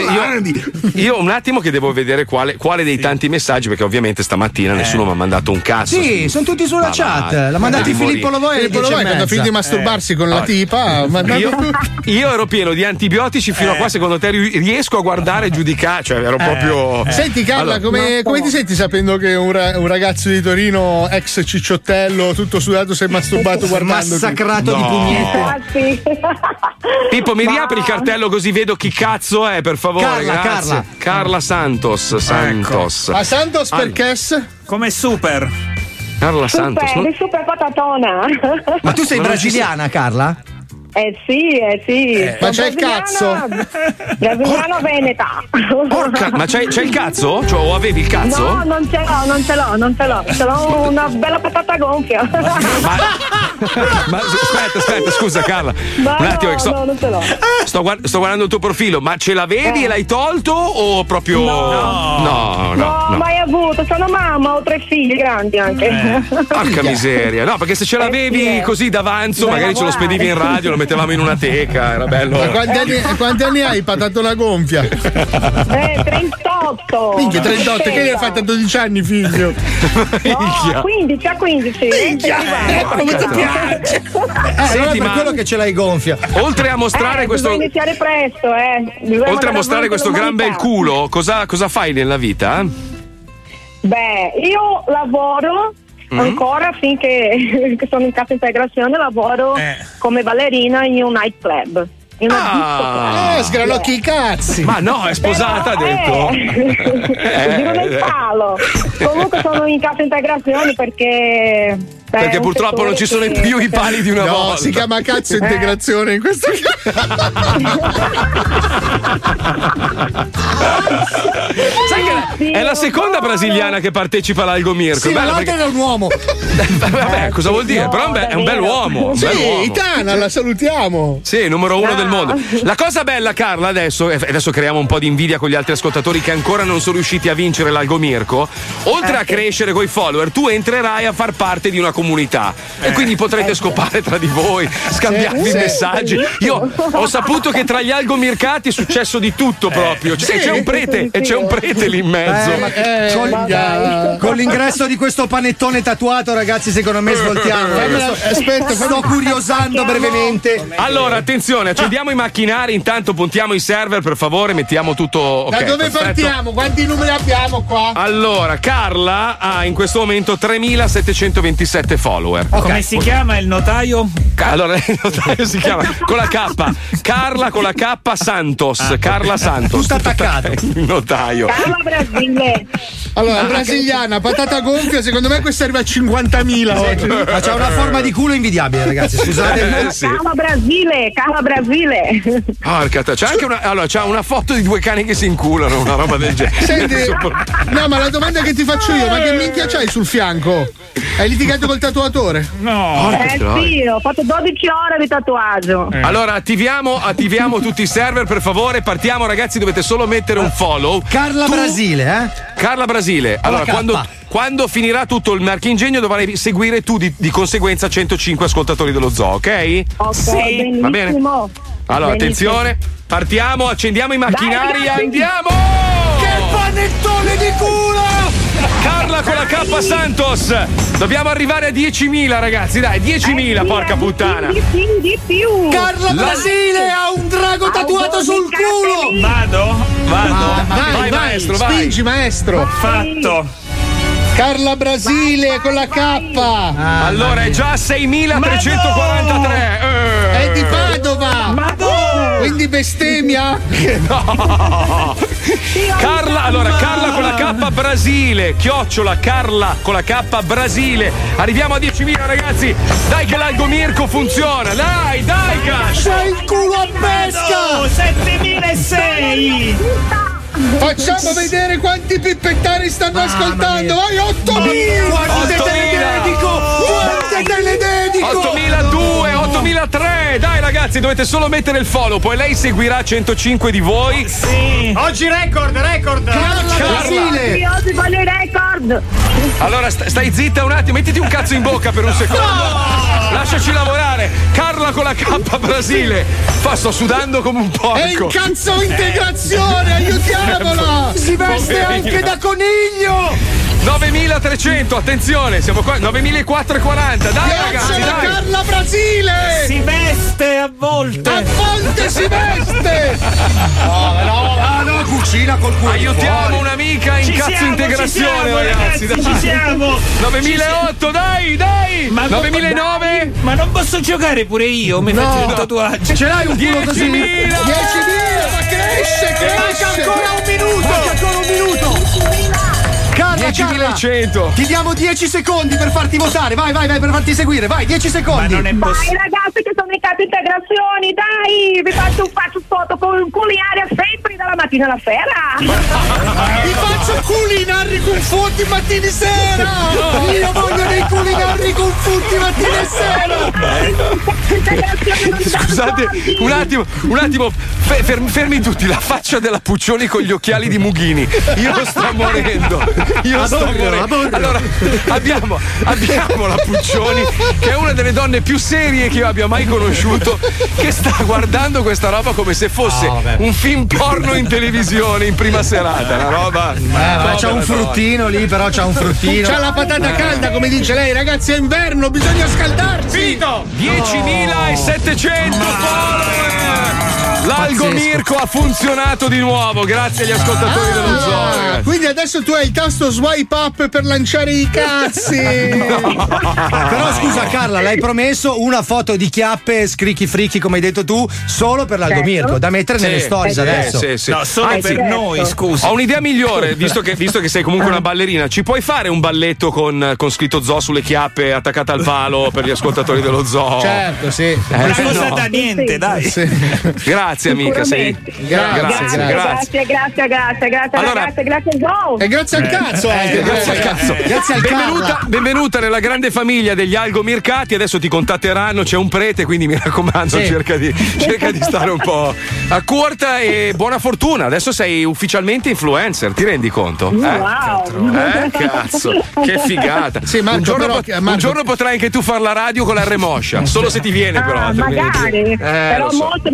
io un attimo che devo vedere quale dei tanti messaggi, perché ovviamente stamattina nessuno mi ha mandato un cazzo. Sì, sono tutti sulla chat. L'ha mandato Filippo Lovoi quando ha finito di masturbarsi con la tipa. Io ero pieno di antibiotici fino a qua, secondo te riesco a guardare e giudicare? Cioè, ero proprio. Senti Carla, come ti senti sapendo che un ragazzo di Torino, ex cicciottello, tutto sudato, si è masturbato guardando? Massacrato di pugnette. Pippo, mi riapri il cartello così vedo chi cazzo è, per favore. Carla Santos. Ecco. Ma Santos perché? Come super. Carla Santos. Super patatona. Ma tu sei brasiliana, Carla? Sì. Ma c'è il cazzo? Brasiliano veneta. Ma c'è il cazzo? Cioè, o avevi il cazzo? No, non ce l'ho. Ce l'ho una bella patata gonfia. Ma aspetta, scusa Carla. Un attimo, non ce l'ho. Sto guardando il tuo profilo, ma ce l'avevi e l'hai tolto o proprio. No, mai avuto. Sono mamma, ho 3 figli grandi anche. Porca miseria. No, perché se ce l'avevi così d'avanzo, magari ce lo spedivi in radio, lo mettevamo in una teca, era bello. Ma quanti anni hai? Patatona gonfia? 38. Minchia, 38, che ne hai fatto a 12 anni, figlio? No, 15 a 15. Come ti piace? Senti, per quello che ce l'hai gonfia. Oltre a mostrare questo. Bisogna iniziare presto, Oltre a mostrare questo gran bel culo, cosa fai nella vita? Beh, io lavoro ancora finché sono in cassa integrazione, lavoro come ballerina in un nightclub. Sgranocchi i cazzi. Ma no, è sposata, ha detto. Giro del palo. Comunque sono in cassa integrazione perché purtroppo non ci sono più i pali di una volta. Si chiama cazzo integrazione in questo caso. Sai che è la seconda brasiliana che partecipa all'Algo Mirko. Sì, ma l'altra era un uomo. Vabbè, cosa vuol dire? Però è un bel uomo. Itana, la salutiamo. Sì, numero 1 del mondo. La cosa bella, Carla, adesso creiamo un po' di invidia con gli altri ascoltatori che ancora non sono riusciti a vincere l'Algo Mirko. Oltre a crescere coi follower, tu entrerai a far parte di una comunità e quindi potrete scopare tra di voi, scambiarvi messaggi. Io ho saputo che tra gli algomircati è successo di tutto proprio. C'è un prete lì in mezzo. Con l'ingresso di questo panettone tatuato, ragazzi, secondo me svoltiamo. Aspetta, sto curiosando brevemente. Allora, attenzione, accendiamo i macchinari, intanto puntiamo i server, per favore, mettiamo tutto. Okay, da dove perfetto. partiamo? Quanti numeri abbiamo qua? Allora, Carla ha in questo momento 3727 follower. Come si chiama il notaio? Allora, il notaio si chiama con la K. Carla con la K Santos. Carla Santos. Tutto attaccato. Il notaio. Carla Brasile. Allora, brasiliana, patata gonfia, secondo me questa arriva a 50.000 oggi. Ma c'ha una forma di culo invidiabile, ragazzi. Scusate. Sì. Carla Brasile. Porca, c'è anche c'ha una foto di due cani che si inculano, una roba del genere. Senti, no, ma la domanda che ti faccio io, ma che minchia c'hai sul fianco? Hai litigato col tatuatore? No. Sì, ho fatto 12 ore di tatuaggio. Allora attiviamo tutti i server, per favore. Partiamo, ragazzi, dovete solo mettere un follow. Carla Brasile, Carla Brasile. Allora, quando finirà tutto il marchingegno dovrai seguire tu di conseguenza 105 ascoltatori dello zoo, ok? Sì. Va bene? Allora, attenzione, partiamo, accendiamo i macchinari, andiamo! Che panettone di culo! Carla con la K Santos! Dobbiamo arrivare a 10.000, ragazzi, dai, 10.000, porca puttana! Di più! Carla Brasile ha un drago tatuato sul culo! Vado? Vai, maestro, vai! Spingi, maestro! Fatto! Carla Brasile con la K! Allora è già 6.343! È di Padova! Quindi bestemmia? No! Carla con la K Brasile, chiocciola Carla con la K Brasile. Arriviamo a 10.000, ragazzi. Dai che l'Algo Mirko funziona. Dai, Cash. C'hai il culo a pesca! 7.600! Facciamo vedere quanti pippettari stanno ascoltando. Vai, 8.000! Quante te ne dedico! 8.002, 8.003. Dai, ragazzi, dovete solo mettere il follow. Poi lei seguirà 105 di voi. Sì. Oggi record. Carla Brasile! Oggi voglio i record. Allora, stai zitta un attimo, mettiti un cazzo in bocca per un secondo. Lasciaci lavorare. Carla con la K Brasile. Sto sudando come un porco. È in cazzo integrazione, aiutiamola! Si veste anche da coniglio! 9.300, attenzione, siamo qua, 9.440, dai ragazzi, dai! Carla Brasile! Si veste a volte! A volte si veste! No, cucina col culo. Aiutiamo un'amica in cazzo integrazione, ragazzi, dai! Ci siamo! 9.800, dai! Ma 9.900? Ma non posso giocare pure io? Mi faccio un tatuaggio! Ce l'hai un culo così? 10.000! 10.000, ma cresce! Manca ancora un minuto! Carla, 10.100. ti diamo 10 secondi per farti votare. Vai, per farti seguire. Vai, 10 secondi. Ma non è Dai possibile. ragazzi che sono in cazzo integrazioni, dai! Vi faccio foto con culinare sempre dalla mattina alla sera! Vi faccio culinari con fotti mattina e sera! Io voglio dei culinari con futti mattina e sera! Scusate, un attimo, fermi tutti, la faccia della Puccioni con gli occhiali di Mughini. Io sto morendo. Allora, abbiamo la Puccioni, che è una delle donne più serie che io abbia mai conosciuto, che sta guardando questa roba come se fosse un film porno in televisione in prima serata. Una roba. C'ha un fruttino lì, però c'ha un fruttino. C'ha la patata calda, come dice lei, ragazzi, è inverno, bisogna scaldarsi! 10.700 follower! L'Algo Mirko ha funzionato di nuovo, grazie agli ascoltatori dello zoo, ragazzi. Quindi adesso tu hai il tasto swipe up per lanciare i cazzi. Però scusa Carla, l'hai promesso una foto di chiappe scricchi fricchi come hai detto tu, solo per l'Algo Mirko, da mettere nelle stories adesso. Sì. No, solo per noi, scusa. Ho un'idea migliore, visto che sei comunque una ballerina, ci puoi fare un balletto con scritto zoo sulle chiappe attaccata al palo per gli ascoltatori dello zoo? Certo, sì. Una cosa da niente, dai. Sì. Grazie amica, sei. Grazie. Allora, ragazzi, grazie Zoo. E grazie al cazzo anche. Grazie al cazzo. Grazie al Benvenuta nella grande famiglia degli Algo Mircati. Adesso ti contatteranno, c'è un prete, quindi mi raccomando, cerca di stare un po' a corta e buona fortuna. Adesso sei ufficialmente influencer, ti rendi conto? Wow. Cazzo, che figata. Sì, Marco, un giorno potrai anche tu fare la radio con la R Moscia, solo se ti viene però. Magari, però lo so. molto non ce l'ho di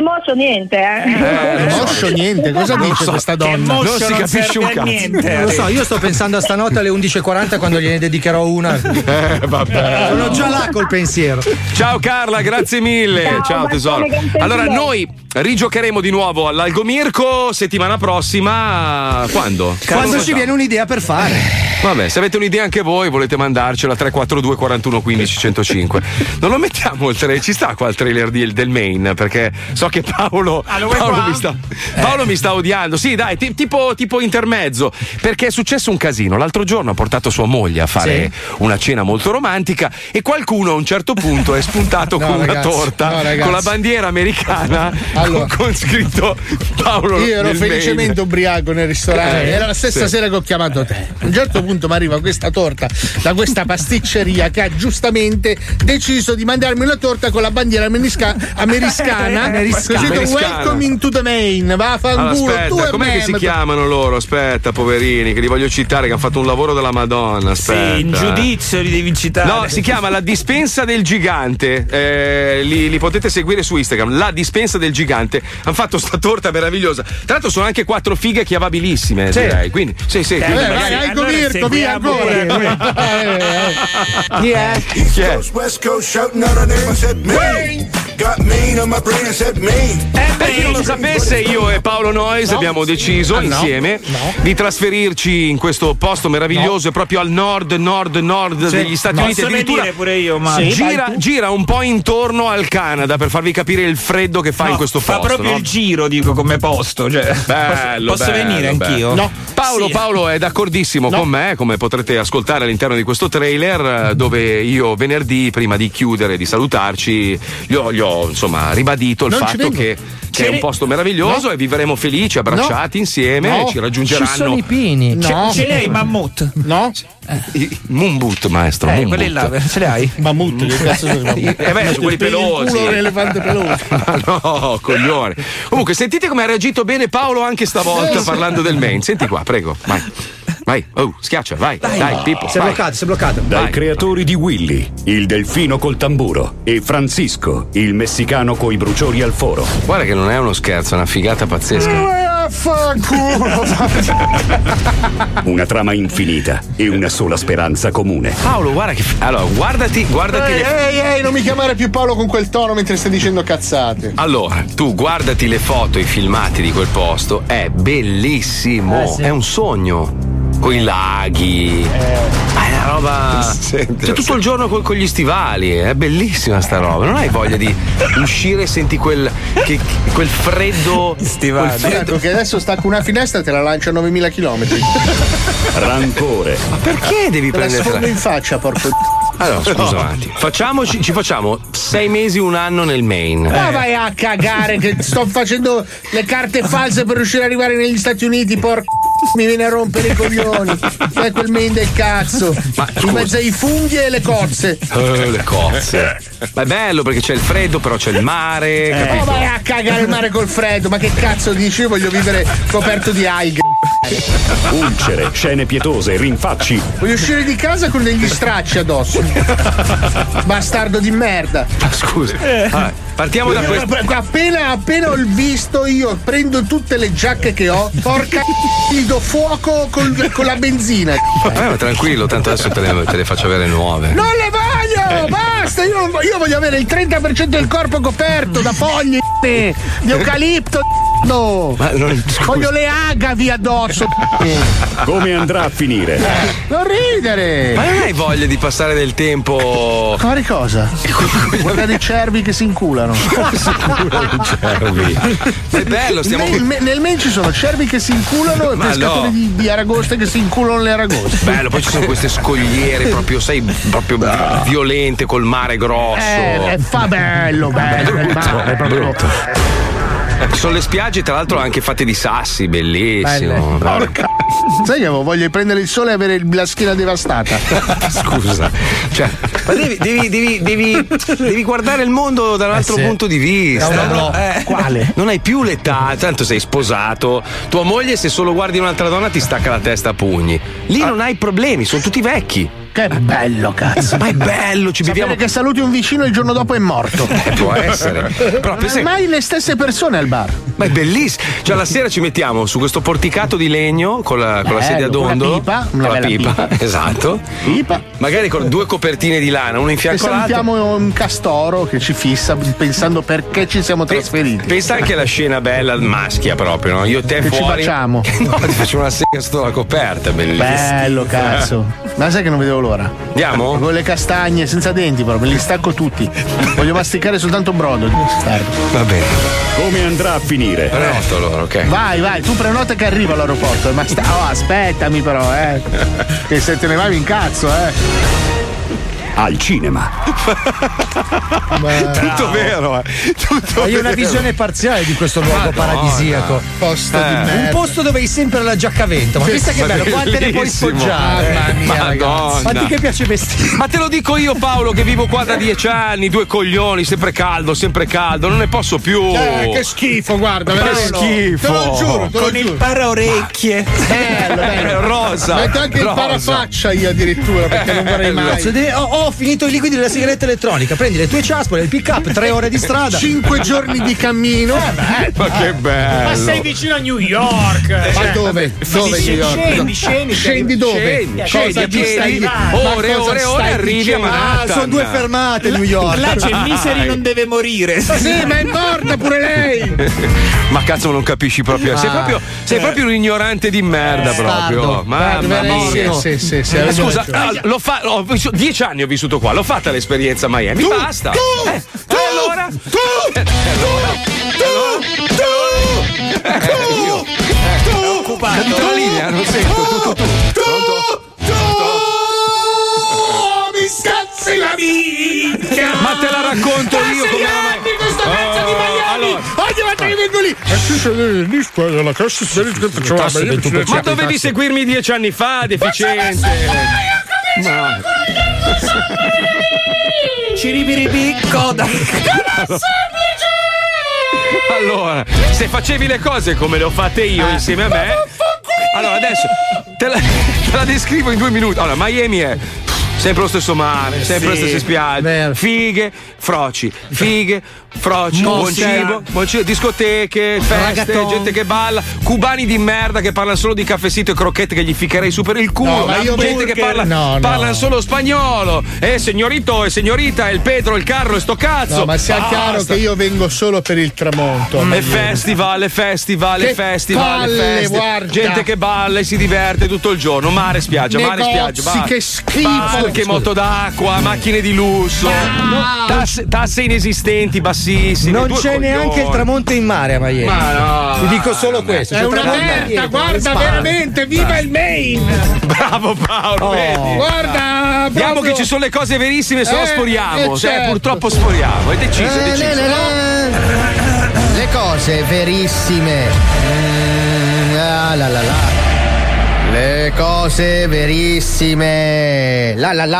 moscio niente, Moscio niente, cosa dice questa donna? Non si capisce un cazzo. Non lo so, io sto pensando a stanotte alle 11:40 quando gliene dedicherò una. Vabbè. Sono già là col pensiero. Ciao Carla, grazie mille. Ciao tesoro. Allora, noi rigiocheremo di nuovo all'Algomirco settimana prossima. Quando? Quando ci viene un'idea per fare. Vabbè, se avete un'idea anche voi, volete mandarcela 342 41 15 105. Non lo mettiamo oltre, ci sta qua il trailer del main, perché so che Paolo mi sta odiando. Sì, dai, tipo intermezzo, perché è successo un casino. L'altro giorno ha portato sua moglie a fare una cena molto romantica e qualcuno a un certo punto è spuntato con una torta con la bandiera americana con scritto Paolo. Io ero felicemente main. ubriaco nel ristorante, era la stessa sera che ho chiamato te. A un certo punto mi arriva questa torta da questa pasticceria che ha giustamente deciso di mandarmi una torta con la bandiera americana. Welcome into the Main. Vaffanculo. Aspetta, com'è che si chiamano loro? Aspetta, poverini, che li voglio citare, che hanno fatto un lavoro della Madonna. Aspetta. Sì, in giudizio li devi citare. No, si chiama La Dispensa del Gigante. Li potete seguire su Instagram. La Dispensa del Gigante. Hanno fatto sta torta meravigliosa. Tra l'altro sono anche 4 fighe chiavabilissime, direi. Quindi, sì. Quindi magari via ancora. Chi è? Per chi non lo sapesse, io e Paolo Noyes abbiamo deciso insieme di trasferirci in questo posto meraviglioso proprio al nord degli Stati Uniti. Addirittura dire pure io, ma gira un po' intorno al Canada per farvi capire il freddo che fa in questo posto. Fa proprio il giro, dico, come posto. Cioè, posso venire anch'io? No. Paolo è d'accordissimo con me, come potrete ascoltare all'interno di questo trailer, dove io venerdì, prima di chiudere, di salutarci, gli ho insomma ribadito il fatto che è un posto meraviglioso e vivremo felici, abbracciati insieme, e ci raggiungeranno. Ci sono i pini. Ce li hai i mammut? No? Moonboot, maestro. Quelli là, ce li hai? Mammut, che cazzo sono i sono quelli pelosi. Un elefante peloso. No, coglione. Comunque, sentite come ha reagito bene Paolo anche stavolta parlando del main. Senti qua, prego, vai. Schiaccia, vai, Pippo. Si è bloccato. Dai creatori di Willy, il delfino col tamburo, e Francisco, il messicano coi bruciori al foro. Guarda che non è uno scherzo, è una figata pazzesca. Una trama infinita e una sola speranza comune. Paolo, guarda che. Allora, guardati. Ehi, non mi chiamare più Paolo con quel tono mentre stai dicendo cazzate. Allora, tu guardati le foto, i filmati di quel posto, è bellissimo, è un sogno. Con i laghi, è una roba. C'è tutto il giorno con gli stivali, è bellissima sta roba. Non hai voglia di uscire e senti quel freddo. Stivali. Ecco che adesso stacco una finestra e te la lancio a 9000 km. Rancore. Ma perché devi prendere? Te la in faccia, porco. Allora, scusa un attimo. Ci facciamo 6 mesi, un anno nel Maine. Ma vai a cagare che sto facendo le carte false per riuscire ad arrivare negli Stati Uniti, porco. Mi viene a rompere i coglioni. È quel Maine del cazzo. In mezzo ai funghi e le cozze. Le cozze. Ma è bello perché c'è il freddo, però c'è il mare. Ma vai a cagare il mare col freddo. Ma che cazzo dici? Io voglio vivere coperto di alghe. Ulcere, scene pietose, rinfacci. Voglio uscire di casa con degli stracci addosso. Bastardo di merda. Scusa. Partiamo da questo. Appena ho visto, io prendo tutte le giacche che ho. Porca gli do fuoco con la benzina. Ma tranquillo, tanto adesso te le faccio avere nuove. Non le voglio! Basta! Io voglio avere il 30% del corpo coperto da foglie di eucalipto. No! Voglio le agavi addosso. Come andrà a finire? Non ridere! Ma non hai voglia di passare del tempo? Fare cosa? Guardare i cervi che si inculano. Cervi. È bello, stiamo. Nel Maine ci sono cervi che si inculano e pescatori di aragoste che si inculano le aragoste. Bello, poi ci sono queste scogliere proprio, sai, violente col mare grosso. Fa bello. Sono le spiagge, tra l'altro, anche fatte di sassi, bellissimo. Sai che voglio prendere il sole e avere la schiena devastata. Scusa, cioè, ma devi guardare il mondo da un altro punto di vista. No. Quale? Non hai più l'età, tanto sei sposato. Tua moglie, se solo guardi un'altra donna, ti stacca la testa a pugni. Lì non hai problemi, sono tutti vecchi. Che bello, cazzo. Ma è bello, ci viviamo. Sapere che saluti un vicino e il giorno dopo è morto. Può essere. Però mai le stesse persone al bar. Ma è bellissimo. Cioè la sera ci mettiamo su questo porticato di legno con la sedia a dondolo. Una pipa. Esatto. Pipa. Magari con 2 copertine di lana, una in fianco all'altro. E salutiamo un castoro che ci fissa pensando perché ci siamo trasferiti. Pensa anche alla scena bella maschia proprio, no? Io te che fuori. Ci facciamo. No, ti faccio una sega sotto la coperta, bellissimo. Bello, cazzo. Ma sai che non vedevo l'ora. Andiamo? Con le castagne, senza denti proprio, li stacco tutti. Voglio masticare soltanto brodo. Va bene. Come andrà a finire? Prenoto allora, ok. Vai, tu prenota che arrivo all'aeroporto. Ma aspettami però, che se te ne vai mi incazzo, Al cinema. Tutto vero, Tutto Hai una visione parziale di questo luogo paradisiaco. Posto di merda. Un posto dove hai sempre la giacca a vento. Ma pensa che bello, quante ne puoi sfoggiare. Mamma mia, ma di che piace vestire? Ma te lo dico io, Paolo, che vivo qua da 10 anni, 2 coglioni, sempre caldo, non ne posso più. Che schifo, guarda, che schifo. Te lo giuro, con il paraorecchie. Bello. Rosa. Metto anche il parafaccia io addirittura, perché non vorrei mai. Ho finito i liquidi della sigaretta elettronica. Prendi le tue ciaspole, il pick up, 3 ore di strada. 5 giorni di cammino. Ma che bello. Ma sei vicino a New York. Ma dove? Dove New York? Scendi dove? Scendi a piedi, ore, arrivi a Manhattan. Sono 2 fermate New York. Là c'è Misery non deve morire. Sì, ma è morta pure lei. Ma cazzo, non capisci proprio. Sei proprio un ignorante di merda proprio. Mamma mia. Sì. Scusa, ho 10 anni ho vissuto qua, l'ho fatta l'esperienza a Miami. Basta. Allora? Tu! Occupato. La linea, non sento. Mi scazzi la minchia! Ma te la racconto io come la di questo pezzo di Miami! Oggi va a lì! Ma dovevi seguirmi 10 anni fa, deficiente! Ciribiribi Kodak! Allora, se facevi le cose come le ho fatte io insieme a me. Allora adesso te la descrivo in 2 minuti. Allora, Miami è sempre lo stesso mare, sempre le stesse spiagge, fighe, froci, buon cibo, discoteche, feste, gente che balla, cubani di merda che parlano solo di caffettino e crocchette che gli ficcherei su per il culo, gente che parla solo spagnolo, signorito e signorita, il Pedro, il carro e sto cazzo. No, ma sia chiaro che io vengo solo per il tramonto. E festival, guarda. Gente che balla e si diverte tutto il giorno, mare, spiaggia, basta. Che schifo. Che moto d'acqua, macchine di lusso, tasse inesistenti, bassissime. Non c'è neanche il tramonto in mare a Miami. Ma no, ti dico solo questo. È una merda, guarda, veramente, viva il Maine! Bravo Paolo, vedi? Guarda, vediamo che ci sono le cose verissime, se no sporiamo. Certo. Purtroppo sporiamo, è deciso. Le cose verissime. Le cose verissime.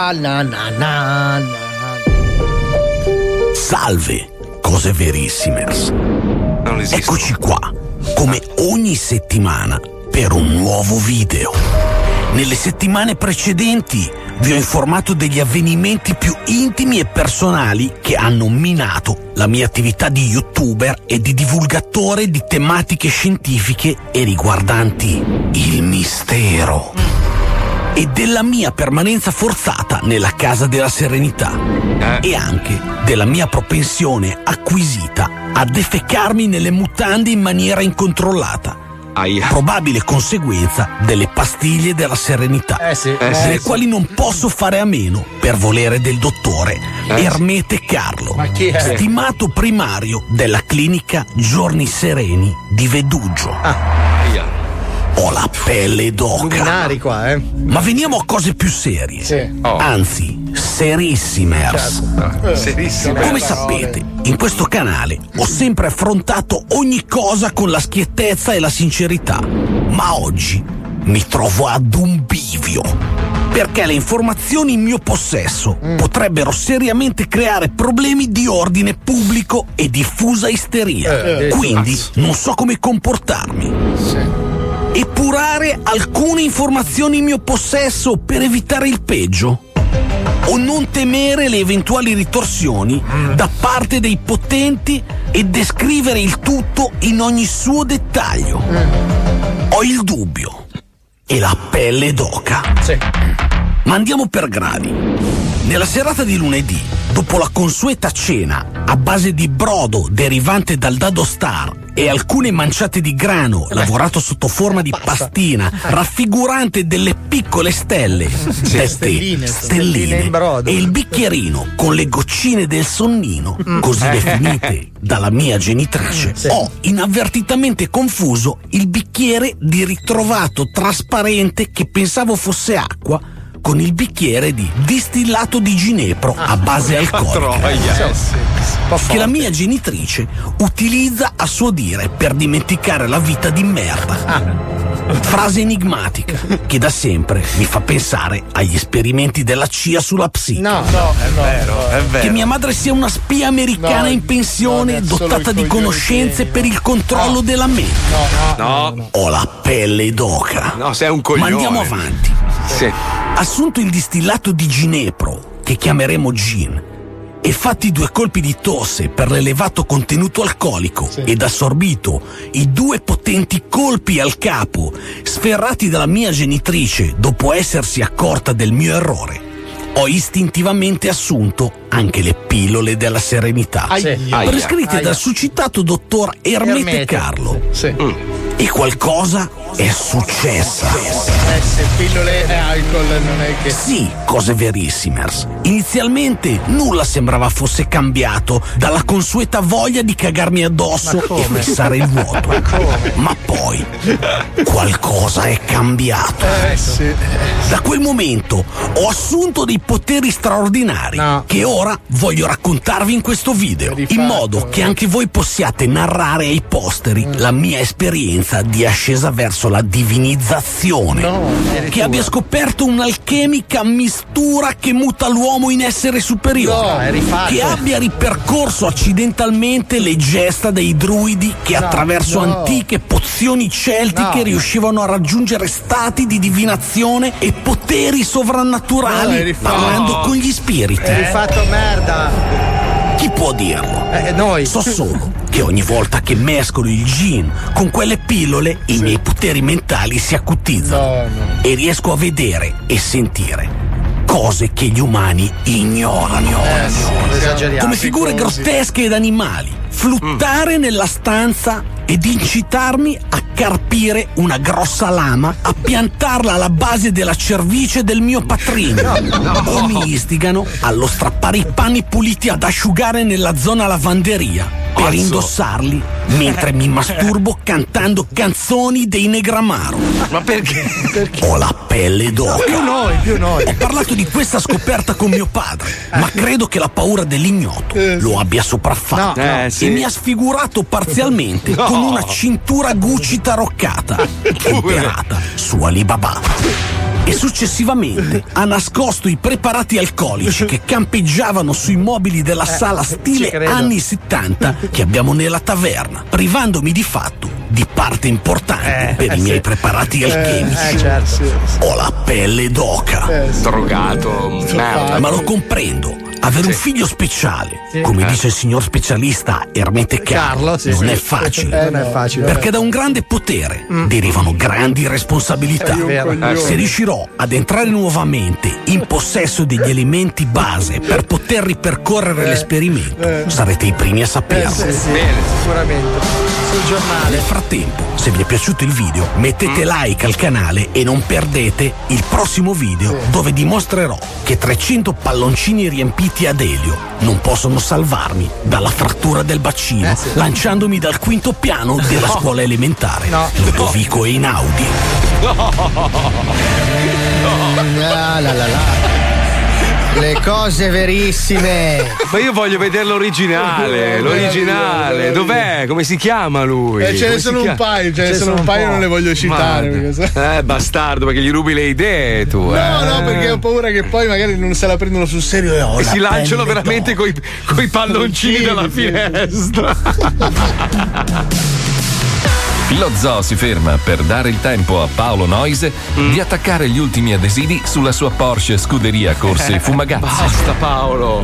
Salve, cose verissime. Non esiste. Eccoci qua, come ogni settimana, per un nuovo video. Nelle settimane precedenti vi ho informato degli avvenimenti più intimi e personali che hanno minato la mia attività di youtuber e di divulgatore di tematiche scientifiche e riguardanti il mistero. E della mia permanenza forzata nella Casa della Serenità e anche della mia propensione acquisita a defecarmi nelle mutande in maniera incontrollata. Probabile conseguenza delle pastiglie della serenità, delle quali non posso fare a meno per volere del dottore Ermete Carlo, stimato primario della clinica Giorni Sereni di Veduggio. Ho la pelle d'oca. Ma veniamo a cose più serie. Anzi, serissimers. Come sapete, in questo canale ho sempre affrontato ogni cosa con la schiettezza e la sincerità. Ma oggi mi trovo ad un bivio, perché le informazioni in mio possesso potrebbero seriamente creare problemi di ordine pubblico e diffusa isteria. Quindi non so come comportarmi. Epurare alcune informazioni in mio possesso per evitare il peggio? o non temere le eventuali ritorsioni da parte dei potenti e descrivere il tutto in ogni suo dettaglio. Ho il dubbio e la pelle d'oca. Ma andiamo per gradi. Nella serata di lunedì, dopo la consueta cena a base di brodo derivante dal Dado Star e alcune manciate di grano lavorato sotto forma di pastina raffigurante delle piccole stelle, stelline e il bicchierino con le goccine del sonnino, così definite dalla mia genitrice, ho inavvertitamente confuso il bicchiere di ritrovato trasparente che pensavo fosse acqua con il bicchiere di distillato di ginepro a base alcolica che la mia genitrice utilizza a suo dire per dimenticare la vita di merda. Frase enigmatica che da sempre mi fa pensare agli esperimenti della CIA sulla psiche. No, è vero. Che mia madre sia una spia americana in pensione dotata di conoscenze per il controllo della mente. No. Ho la pelle d'oca. No, sei un coglione. Ma andiamo avanti. Assunto il distillato di ginepro, che chiameremo gin, e fatti 2 colpi di tosse per l'elevato contenuto alcolico ed assorbito i 2 potenti colpi al capo sferrati dalla mia genitrice dopo essersi accorta del mio errore, ho istintivamente assunto anche le pillole della serenità prescritte dal succitato dottor Ermete Carlo. E qualcosa è successa. Se pillole e alcol non è che... Sì, cose verissimers. Inizialmente nulla sembrava fosse cambiato dalla consueta voglia di cagarmi addosso e fissare il vuoto. Ma poi qualcosa è cambiato. Da quel momento ho assunto dei poteri straordinari che ora voglio raccontarvi in questo video, in modo che anche voi possiate narrare ai posteri la mia esperienza di ascesa verso la divinizzazione, che abbia scoperto un'alchemica mistura che muta l'uomo in essere superiore, che abbia ripercorso accidentalmente le gesta dei druidi che attraverso antiche pozioni celtiche riuscivano a raggiungere stati di divinazione e poteri sovrannaturali parlando con gli spiriti. Hai fatto merda. Chi può dirlo? Noi. So solo che ogni volta che mescolo il gin con quelle pillole i miei poteri mentali si acutizzano e riesco a vedere e sentire cose che gli umani ignorano. Come figure grottesche ed animali fluttare nella stanza ed incitarmi a carpire una grossa lama, a piantarla alla base della cervice del mio patrigno, o mi istigano allo strappare i panni puliti ad asciugare nella zona lavanderia per indossarli mentre mi masturbo cantando canzoni dei Negramaro. Ma perché? Ho la pelle d'oca. Più noi. Ho parlato di questa scoperta con mio padre, ma credo che la paura dell'ignoto lo abbia sopraffatto e mi ha sfigurato parzialmente con una cintura Gucci taroccata temperata su Alibaba. E successivamente ha nascosto i preparati alcolici che campeggiavano sui mobili della sala stile anni 70 che abbiamo nella taverna, privandomi di fatto di parte importante per i miei preparati alchemici. Ho la pelle d'oca. Drogato. Ma lo comprendo. Avere un figlio speciale, come dice il signor specialista Ermete Carlo, non è facile. Perché da un grande potere derivano grandi responsabilità. Se riuscirò ad entrare nuovamente in possesso degli elementi base per poter ripercorrere l'esperimento, sarete i primi a saperlo. Bene, sicuramente. Sul giornale. Nel frattempo, se vi è piaciuto il video, mettete like al canale e non perdete il prossimo video dove dimostrerò che 300 palloncini riempiti ad elio non possono salvarmi dalla frattura del bacino lanciandomi dal 5° piano della scuola elementare Ludovico Einaudi. Le cose verissime. Ma io voglio vedere l'originale. Dov'è? Come si chiama lui? Ce ne sono un paio, non le voglio citare. Bastardo, perché gli rubi le idee tu. No, perché ho paura che poi magari non se la prendono sul serio e si lanciano veramente coi palloncini dalla finestra. Lo zoo si ferma per dare il tempo a Paolo Noise di attaccare gli ultimi adesivi sulla sua Porsche Scuderia Corse Fumagazzi. Basta Paolo.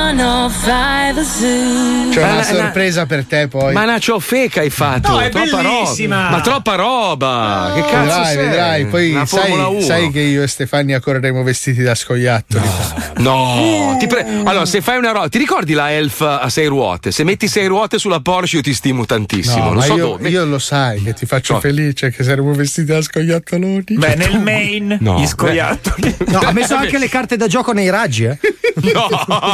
C'è una sorpresa per te poi. Ma una ciofeca hai fatto. No, è troppa bellissima. roba. Ma troppa roba. Che cazzo sei? Vedrai. Poi sai che io e Stefania correremo vestiti da scoiattoli. No, allora se fai una roba, ti ricordi la Elf a 6 ruote? Se metti 6 ruote sulla Porsche io ti stimo tantissimo. No, non so dove. Io lo sai che ti faccio felice, che saremo vestiti da scoiattoloni. Beh, nel Maine gli scoiattoli. No, ha messo anche le carte da gioco nei raggi, No.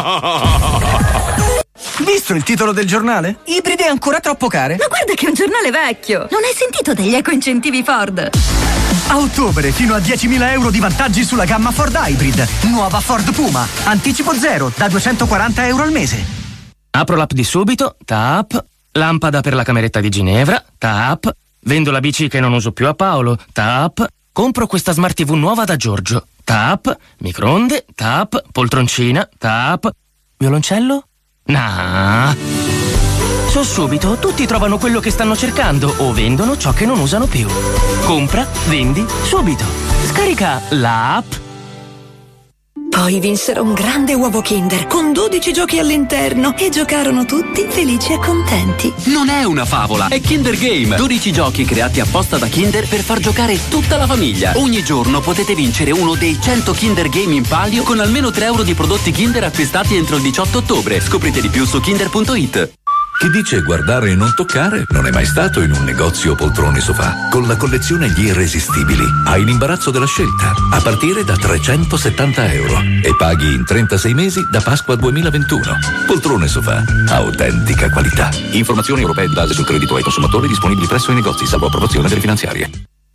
Visto il titolo del giornale? Ibride ancora troppo care. Ma guarda che è un giornale vecchio. Non hai sentito degli eco-incentivi Ford? A ottobre fino a 10.000 euro di vantaggi sulla gamma Ford Hybrid. Nuova Ford Puma. Anticipo zero da 240 euro al mese. Apro l'app di Subito, tap. Lampada per la cameretta di Ginevra, tap. Vendo la bici che non uso più a Paolo, tap. Compro questa Smart TV nuova da Giorgio, tap. Microonde, tap. Poltroncina, tap. Violoncello? Nah. Su Subito tutti trovano quello che stanno cercando o vendono ciò che non usano più. Compra, vendi, subito. Scarica l'app. Poi vinsero un grande uovo Kinder con 12 giochi all'interno e giocarono tutti felici e contenti. Non è una favola, è Kinder Game. 12 giochi creati apposta da Kinder per far giocare tutta la famiglia. Ogni giorno potete vincere uno dei 100 Kinder Game in palio con almeno 3 euro di prodotti Kinder acquistati entro il 18 ottobre. Scoprite di più su kinder.it. Chi dice guardare e non toccare non è mai stato in un negozio poltrone sofà. Con la collezione Gli Irresistibili hai l'imbarazzo della scelta a partire da 370 euro e paghi in 36 mesi da Pasqua 2021. Poltrone sofà, autentica qualità. Informazioni europee di base sul credito ai consumatori disponibili presso i negozi salvo approvazione delle finanziarie.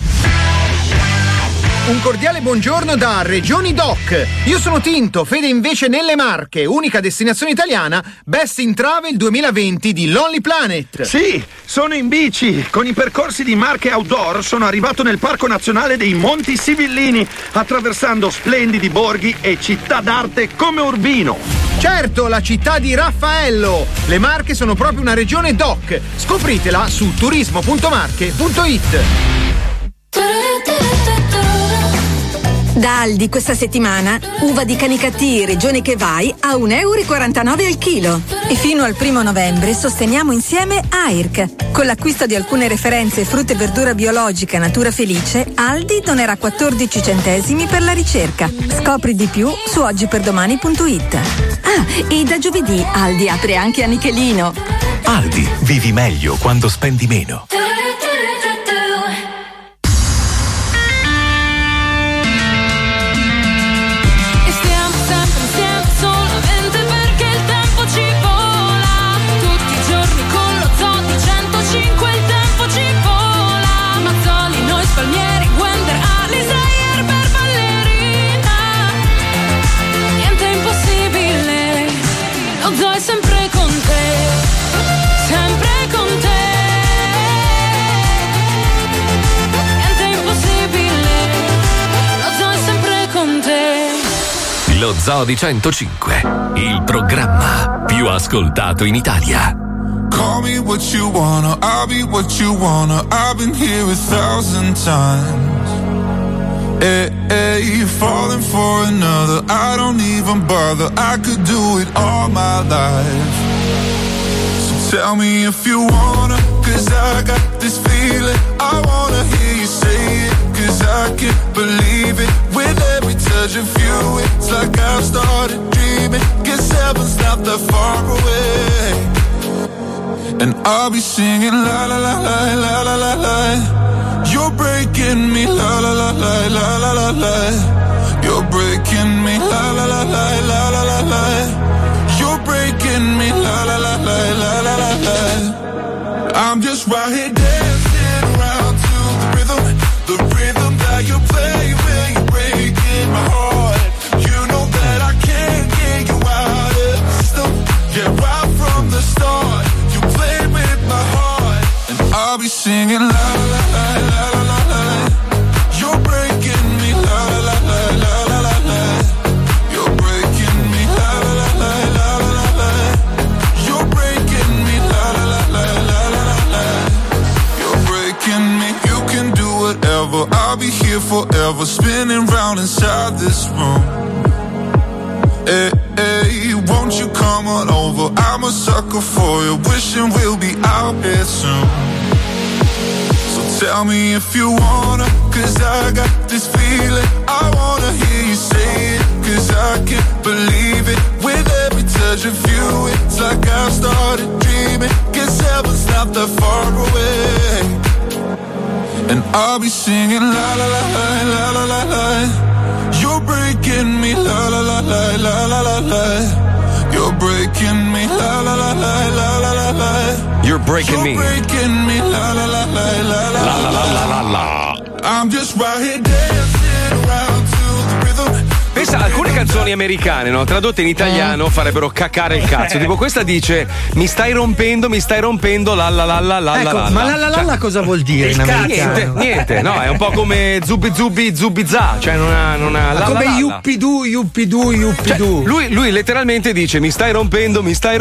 Un cordiale buongiorno da Regioni Doc. Io sono Tinto, fede invece nelle Marche, unica destinazione italiana Best in Travel 2020 di Lonely Planet. Sì, sono in bici. Con i percorsi di Marche Outdoor sono arrivato nel Parco Nazionale dei Monti Sibillini, attraversando splendidi borghi e città d'arte come Urbino. Certo, la città di Raffaello. Le Marche sono proprio una regione Doc. Scopritela su turismo.marche.it. Da Aldi questa settimana, uva di Canicattì, regione che vai, a 1,49 euro al chilo. E fino al 1 novembre sosteniamo insieme AIRC. Con l'acquisto di alcune referenze frutta e verdura biologica Natura Felice, Aldi donerà 14 centesimi per la ricerca. Scopri di più su oggiperdomani.it. Ah, e da giovedì Aldi apre anche a Nichelino. Aldi, vivi meglio quando spendi meno. Lo Zoo di 105, il programma più ascoltato in Italia. Call me what you wanna, I'll be what you wanna. I've been here 1,000 times. Hey, hey, falling for another, I don't even bother. I could do it all my life. So tell me if you wanna, 'cause I got this feeling. I wanna hear you say it, 'cause I can't believe it. With every touch of you, it's like I've started dreaming. 'Cause heaven's not that far away. And I'll be singing la la la la la la la la. You're breaking me la la la la la la la la. You're breaking me la la la la la la la la. You're breaking me la la la la la la la la. I'm just right here dancing around to the rhythm that you play when you're breaking my heart. You know that I can't get you out of the system. Yeah, right from the start, you played with my heart, and I'll be singing la la la la la la la. You're breaking me la la la la la la la. You're breaking me la la la la la la la. You're breaking me la la la la la la la. You're breaking of this room. Hey, hey, won't you come on over? I'm a sucker for you, wishing we'll be out here soon. So tell me if you wanna, cause I got this feeling. I wanna hear you say it, cause I can't believe it. With every touch of you, it's like I've started dreaming. Guess heaven's not that far away. And I'll be singing la la la la la la la la. You're breaking me la la la la la la la la. You're breaking me la la la la la la la la. You're breaking me. You're breaking me la la la la la la la la la la. I'm just right here dancing around to the rhythm. Pensa, alcune canzoni americane, no, tradotte in italiano farebbero cacare il cazzo. Tipo questa dice mi stai rompendo, la la la la la ecco, la. Ma la la la la cosa vuol dire in americano? Niente, no, è un po' come zubi zubi zubiza, cioè non ha la come la, yuppidu yuppidu. Cioè, lui letteralmente dice mi stai rompendo,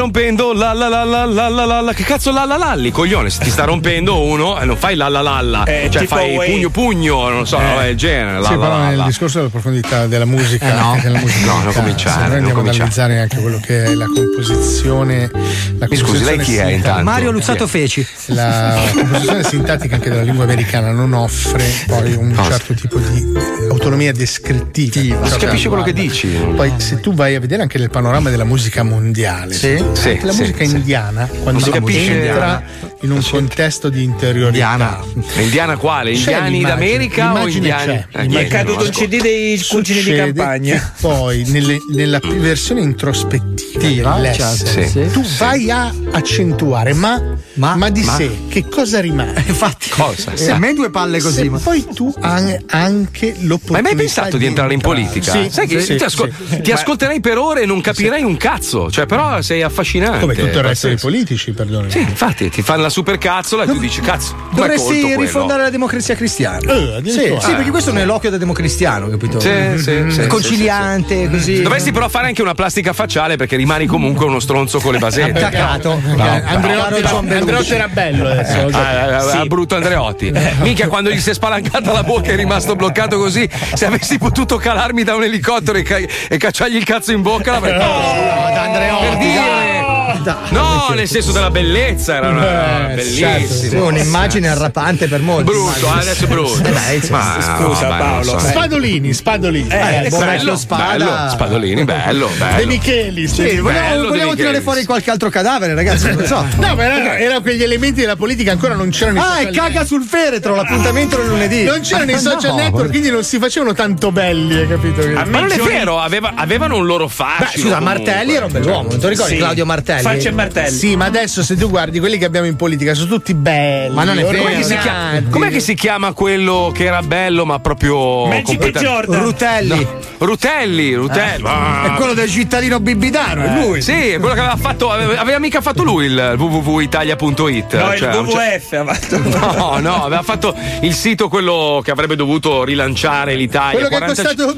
la la la la la la la. Che cazzo la la lalli, coglione, se ti sta rompendo uno non fai la la la, cioè fai pugno, non so, il genere. Sì, però nel discorso della profondità della musica. No, non cominciare. Se andiamo ad analizzare anche quello che è la composizione. Mi scusi, lei chi è intanto? Mario Luzzato Feci. La composizione sintattica anche della lingua americana non offre poi un certo tipo di autonomia descrittiva. Non si capisce quello che dici. Poi se tu vai a vedere anche nel panorama della musica mondiale, anche la musica indiana, quando si capisce entra in un contesto di interiorità. Indiana quale? Indiani d'America o indiani? Mi è caduto un CD dei cugini di campagna. Poi nella versione introspettiva tu vai a accentuare ma di sé che cosa rimane? Infatti, cosa? A me due palle così. Poi tu hai anche l'opportunità. Ma hai mai pensato di entrare in politica? Sai che ti ascolterei per ore e non capirei un cazzo. Cioè, però sei affascinante. Come tutto il resto dei politici, perdoni. Sì, infatti, ti fanno la supercazzola e tu dici cazzo. Dovresti rifondare la Democrazia Cristiana. Sì, perché questo è un eloquio da democristiano, capito? Sì. Conciliante, così. Dovresti però fare anche una plastica facciale perché rimani comunque uno stronzo con le basette. Attaccato. Andreotti era bello adesso. Brutto Andreotti. Minchia, quando gli si è spalancata la bocca è rimasto bloccato così. Se avessi potuto calarmi da un elicottero e cacciargli il cazzo in bocca l'avrei fatto. Da Andreotti. Per dire. No, nel senso della bellezza era una bellissima. Un'immagine arrapante per molti. Brutto, adesso brutto. Scusa Paolo. Spadolini. Bello, Spadolini, bello. De Micheli. Sì, vogliamo tirare fuori qualche altro cadavere, ragazzi, non so. No, ma erano quegli elementi della politica, ancora non c'erano i social. E caga sul feretro, l'appuntamento del lunedì. Non c'erano i social network, quindi non si facevano tanto belli, hai capito? Ma non è vero, avevano un loro fascino. Scusa, Martelli era un bell'uomo, non ti ricordi Claudio Martelli? Faccia Martelli. Sì, ma adesso se tu guardi quelli che abbiamo in politica sono tutti belli. Ma non è vero. Com'è che si chiama quello che era bello ma proprio Magic Jordan? Rutelli. È quello del cittadino bibitano, è lui. Sì, è quello che aveva mica fatto lui il www.italia.it. No, il WWF ha fatto. No, aveva fatto il sito quello che avrebbe dovuto rilanciare l'Italia. Quello che è costato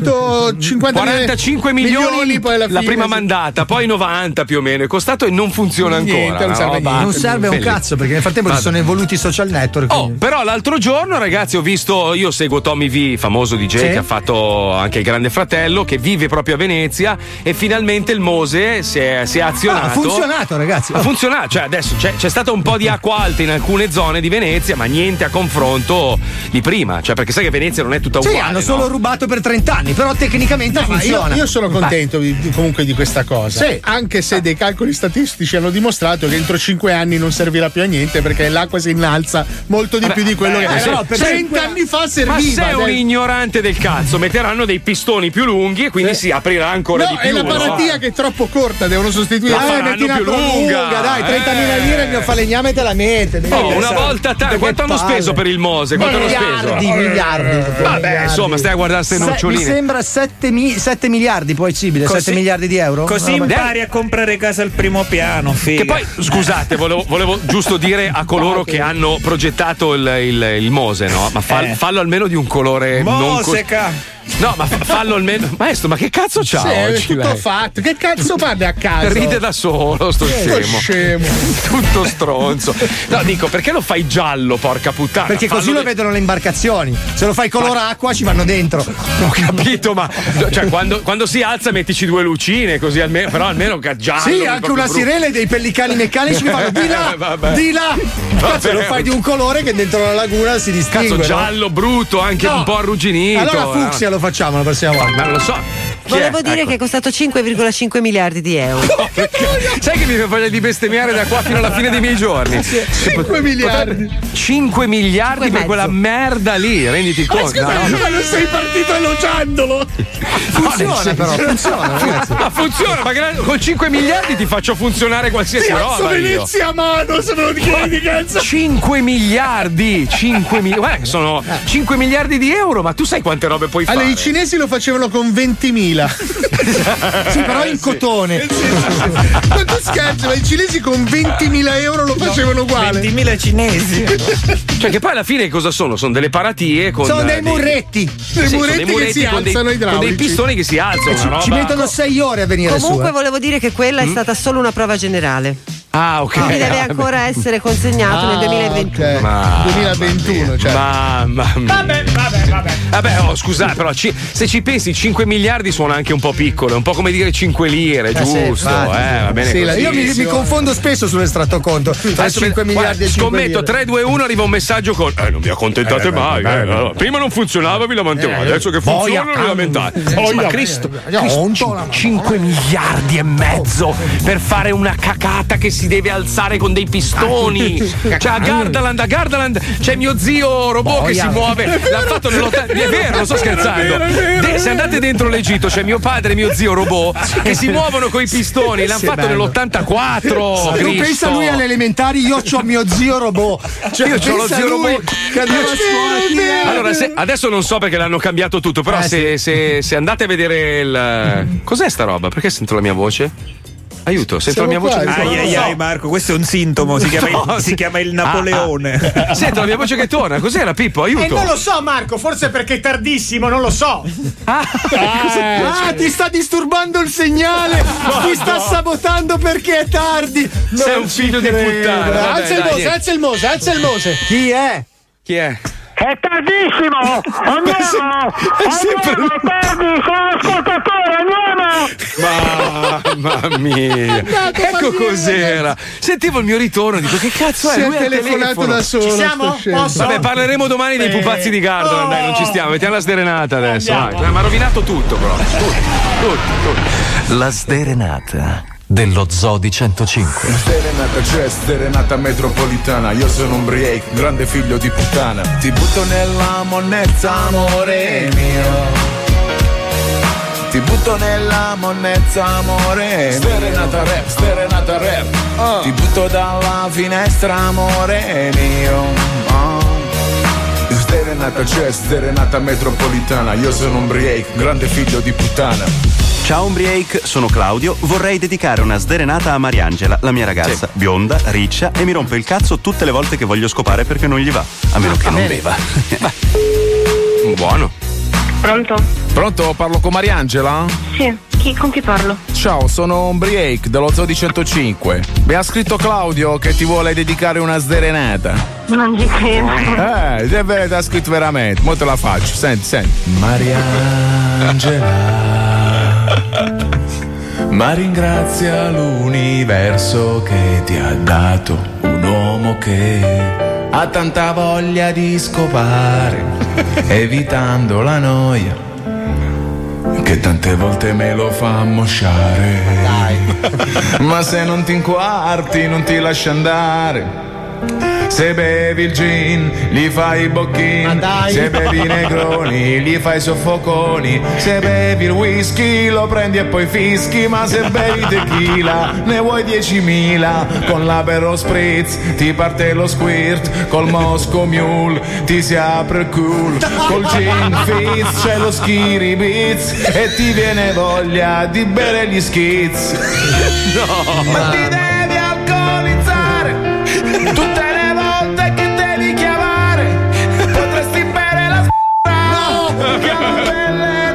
45 milioni poi alla fine, la prima mandata, poi 90 più o meno. È costato e non funziona ancora. Non serve un cazzo perché nel frattempo si sono evoluti i social network. Però l'altro giorno, ragazzi, io seguo Tommy V, famoso DJ che ha fatto anche il Grande Fratello, che vive proprio a Venezia e finalmente il Mose si è azionato. Ha funzionato, ragazzi. Ha funzionato, cioè adesso c'è stato un po' di acqua alta in alcune zone di Venezia, ma niente a confronto di prima, cioè perché sai che Venezia non è tutta uguale. Sì, hanno solo rubato per 30 anni, però tecnicamente funziona. Io sono contento comunque di questa cosa. Sì. Anche se dei calcoli statistici hanno dimostrato che entro 5 anni non servirà più a niente perché l'acqua si innalza molto di più di quello che per 30 anni fa serviva. Ma sei un ignorante del cazzo, metteranno dei pistoni più lunghi e quindi si aprirà ancora di più. È la paratia che è troppo corta, devono sostituire. Metti più lunga. Dai, 30.000 lire il mio falegname te la mette. Una volta quanto hanno speso per il Mose? Quanto hanno speso? Miliardi. Vabbè, insomma, stai a guardare ste noccioline. Mi sembra 7 miliardi possibile, 7 miliardi di euro. Così impari a comprare casa al primo piano, figa. Che poi, scusate, volevo giusto dire a coloro che hanno progettato il Mose, no? Ma fallo almeno di un colore Moseca! No, ma fallo almeno. Maestro, ma che cazzo c'ha Sì, oggi? è tutto lei? fatto. Che cazzo parli a casa? Ride da solo, sto scemo. Tutto stronzo. No, dico, perché lo fai giallo, porca puttana? Perché così lo vedono le imbarcazioni. Se lo fai color acqua ci vanno dentro. Ho capito, ma cioè, quando si alza mettici 2 lucine, così almeno, però almeno giallo. Sì, anche una sirena e dei pellicani meccanici che fanno di là, di là. Cazzo, lo fai di un colore che dentro la laguna si distingue. Cazzo, giallo, brutto, anche un po' arrugginito. Allora fucsia lo facciamo la prossima volta. Ma non lo so. Volevo dire che è costato 5,5 miliardi di euro. Sai che mi fa voglia di bestemmiare da qua fino alla fine dei miei giorni? 5 miliardi. 5 miliardi per quella merda lì, renditi conto. Ma non sei partito elogiandolo. Funziona però, funziona, ragazzi. Ma funziona, ma con 5 miliardi ti faccio funzionare qualsiasi roba. Venezia a mano, se non chiedi di cazzo. 5 miliardi, guarda che sono 5 miliardi di euro, ma tu sai quante robe puoi fare? Allora, i cinesi lo facevano con 20.000. Sì, però in cotone. Ma tu scherzi, ma i cinesi con 20.000 euro lo facevano uguale. 20.000 cinesi. Cioè, che poi alla fine cosa sono? Sono delle paratie con. Sono dei murretti. Dei muretti che si alzano idraulici. Con dei pistoni che si alzano. Ci mettono 6 ore a venire Comunque su. volevo dire che quella è stata solo una prova generale. Ah, ok. Quindi deve ancora essere consegnato nel 2021. Okay. 2021, cioè. Mamma mia. Vabbè, scusate, però se ci pensi, 5 miliardi suona anche un po' piccolo, è un po' come dire 5 lire, giusto? Sì, va bene sì, così. io mi confondo spesso sull'estratto conto tra 5 miliardi e 5 scommetto, 3, 2, 1 arriva un messaggio con non vi accontentate mai. Allora, prima non funzionava, vi lamentavate, adesso che funziona non vi lamentate. Ma Cristo, 5 miliardi e mezzo per fare una cacata che si deve alzare con dei pistoni. Cioè a Gardaland c'è mio zio robot che si muove. L'ha fatto nell'80. È vero, non sto scherzando. Se andate dentro l'Egitto c'è mio padre e mio zio robot che si muovono coi pistoni. L'hanno fatto nell'84. Tu pensa lui alle elementari, io c'ho mio zio robot. Cioè, io c'ho lo zio robot che andava a scuola. Allora, adesso non so perché l'hanno cambiato tutto, però se andate a vedere il. Cos'è sta roba? Perché sento la mia voce? Aiuto, sento la mia voce. Ai, Marco, questo è un sintomo, si chiama il Napoleone. Sento la mia voce che torna, cos'era Pippo? Aiuto. Non lo so, Marco, forse perché è tardissimo, non lo so. Ti sta disturbando il segnale, ti sta sabotando perché è tardi. Sei un figlio di puttana. Alza il mose. Chi è? È tardissimo! Andiamo! Tardi, sono l'ascoltatore, andiamo! Mamma mia! Ecco cos'era! Sentivo il mio ritorno, dico che cazzo è? Si è Lui ha telefonato da solo. Ci siamo? Posso? Vabbè, parleremo domani dei pupazzi di Gardaland, dai, non ci stiamo, mettiamo la sderenata adesso. Mi ha rovinato tutto, però. Tutto. La sderenata dello Zodi 105. Sderenata c'è, sderenata metropolitana. Io sono un break, grande figlio di puttana. Ti butto nella monnezza, amore mio. Ti butto nella monnezza, amore. Sderenata rap. Ti butto dalla finestra, amore mio. Sderenata c'è, sderenata metropolitana. Io sono un break, grande figlio di puttana. Ciao Umbriake, sono Claudio. Vorrei dedicare una sderenata a Mariangela, la mia ragazza, bionda, riccia e mi rompe il cazzo tutte le volte che voglio scopare perché non gli va, a meno che non beva. Buono. Pronto? Parlo con Mariangela? Sì, con chi parlo? Ciao, sono Umbriake dello Zodi 105. Mi ha scritto Claudio che ti vuole dedicare una sderenata. Non ci credo. Ti ha scritto veramente. Mo te la faccio, senti. Mariangela. Ma ringrazia l'universo che ti ha dato un uomo che ha tanta voglia di scopare, evitando la noia che tante volte me lo fa mosciare. Ma se non ti inquarti non ti lascia andare. Se bevi il gin, gli fai i bocchini. Se bevi i negroni, gli fai i soffoconi. Se bevi il whisky, lo prendi e poi fischi. Ma se bevi tequila, ne vuoi 10.000. Con l'Aperol Spritz ti parte lo squirt. Col Moscow Mule ti si apre il culo. Col gin fizz c'è lo schiribizz e ti viene voglia di bere gli schizz. No. Ma ti devi alcolizzare tutte le volte che devi chiamare. Potresti bere la chiama quelle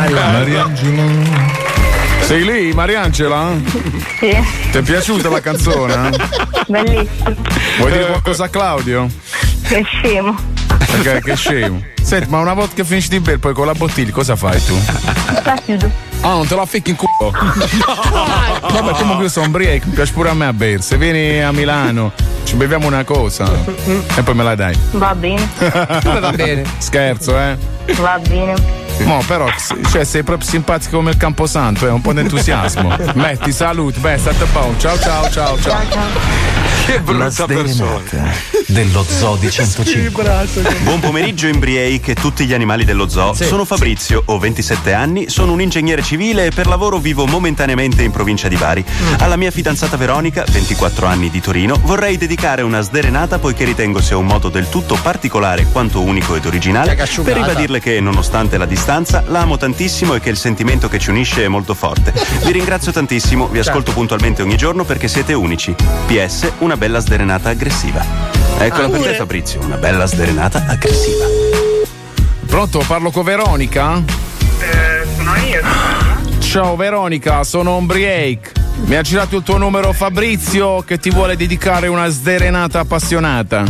Mariangela. Sei lì, Mariangela? Sì. Ti è piaciuta la canzone? Bellissimo. Vuoi dire qualcosa a Claudio? Che scemo. Ok, che scemo. Senti, ma una volta che finisci di bere poi con la bottiglia cosa fai tu? La chiudo. Ah, non te la ficchi in culo? Vabbè, comunque io sono ubriaco, mi piace pure a me a bere. Se vieni a Milano ci beviamo una cosa e poi me la dai. Va bene. Come va bene? Scherzo, Va bene. No, però, cioè, sei proprio simpatico come il Camposanto, un po' di entusiasmo. Metti, salute, beh, state buono. Ciao, ciao, ciao, ciao. Che brutta persona. Dello Zoo di 105. Buon pomeriggio Embriake e tutti gli animali dello zoo. Sono Fabrizio, ho 27 anni, sono un ingegnere civile e per lavoro vivo momentaneamente in provincia di Bari. Alla mia fidanzata Veronica, 24 anni di Torino, vorrei dedicare una sderenata poiché ritengo sia un modo del tutto particolare quanto unico ed originale per ribadirle che nonostante la distanza la amo tantissimo e che il sentimento che ci unisce è molto forte. Vi ringrazio tantissimo, vi ascolto puntualmente ogni giorno perché siete unici. PS, una bella sderenata aggressiva. Eccola per te Fabrizio, una bella sderenata aggressiva. Pronto, parlo con Veronica? Sono io. Ciao Veronica, sono Ombriake. Mi ha girato il tuo numero Fabrizio che ti vuole dedicare una sderenata appassionata.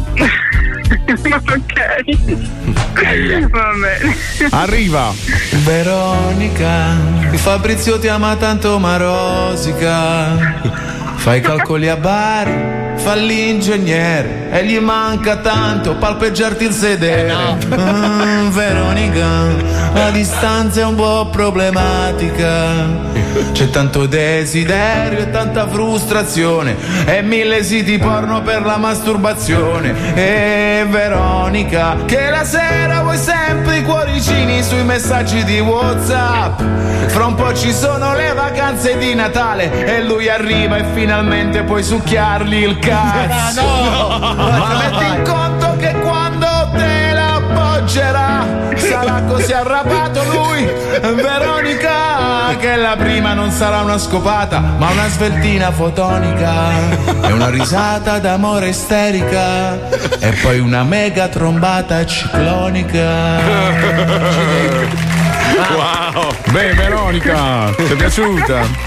Ok. Va bene. Arriva. Veronica, Fabrizio ti ama tanto ma rosica. Fai calcoli a Bari, fa l'ingegnere e gli manca tanto palpeggiarti il sedere. Veronica, la distanza è un po' problematica. C'è tanto desiderio e tanta frustrazione e 1000 siti porno per la masturbazione. E Veronica, che la sera vuoi sempre i cuoricini sui messaggi di WhatsApp. Fra un po' ci sono le vacanze di Natale e lui arriva e finalmente puoi succhiargli il cazzo. Ma metti in conto che quando te la appoggerà sarà così arrabbiato lui, Veronica, che la prima non sarà una scopata ma una sveltina fotonica e una risata d'amore isterica e poi una mega trombata ciclonica. Wow! Beh, Veronica, ti è piaciuta?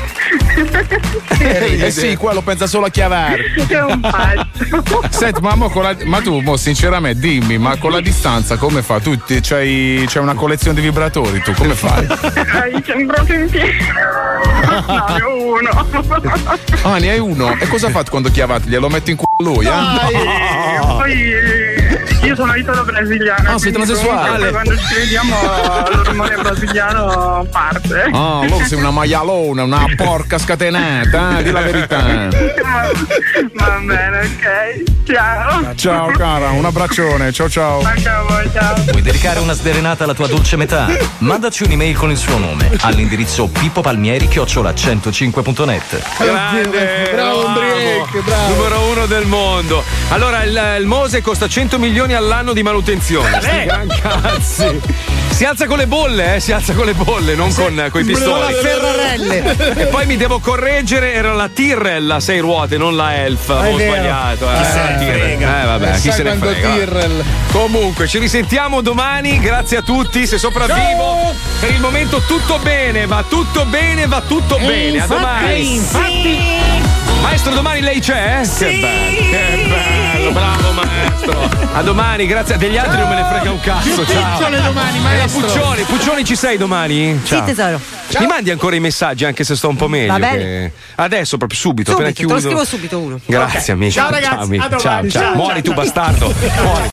Sì, quello pensa solo a chiavare. È un pazzo. Senti, ma tu, sinceramente, dimmi, ma con la distanza come fa? Tu c'hai una collezione di vibratori, tu come fai? C'è un brutto in piedi. No, ne ho uno. Ah, ne hai uno? E cosa fate quando chiavate? Glielo metti in culo lui, Poi io sono italo-brasiliana. Ah, sei transessuale? Quando ci vediamo l'ormone brasiliano parte. Ah, allora sei una maialona, una porca scatenata, di la verità. Va bene, ok. Ciao. Ciao cara, un abbraccione, ciao ciao. Anche a voi, ciao. Vuoi dedicare una sderenata alla tua dolce metà? Mandaci un'email con il suo nome all'indirizzo pippopalmieri@105.net. Grande, bravo Ombriake, bravo. Numero 1 del mondo. Allora il Mose costa 100 milioni all'anno di manutenzione. Gran cazzi. Si alza con le bolle, non con coi pistoli. Ferrarelle. E poi mi devo correggere, era la Tyrrell a 6 ruote, non la Elf. Ho sbagliato. Vabbè, chi se ne frega. Comunque, ci risentiamo domani. Grazie a tutti. Se sopravvivo, per il momento tutto bene, va tutto bene. A domani. Maestro, domani lei c'è? Sì. Che bello, bravo maestro. A domani, grazie. Degli altri non me ne frega un cazzo. Ciao. Domani, maestro. Puccioni, ci sei domani? Ciao. Sì, tesoro. Mi mandi ancora i messaggi anche se sto un po' meglio. Va bene. Che... Adesso, proprio subito, appena chiuso. Te lo scrivo subito uno. Grazie, amici. Ciao ragazzi, a domani. Ciao. Muori tu, bastardo. Muori.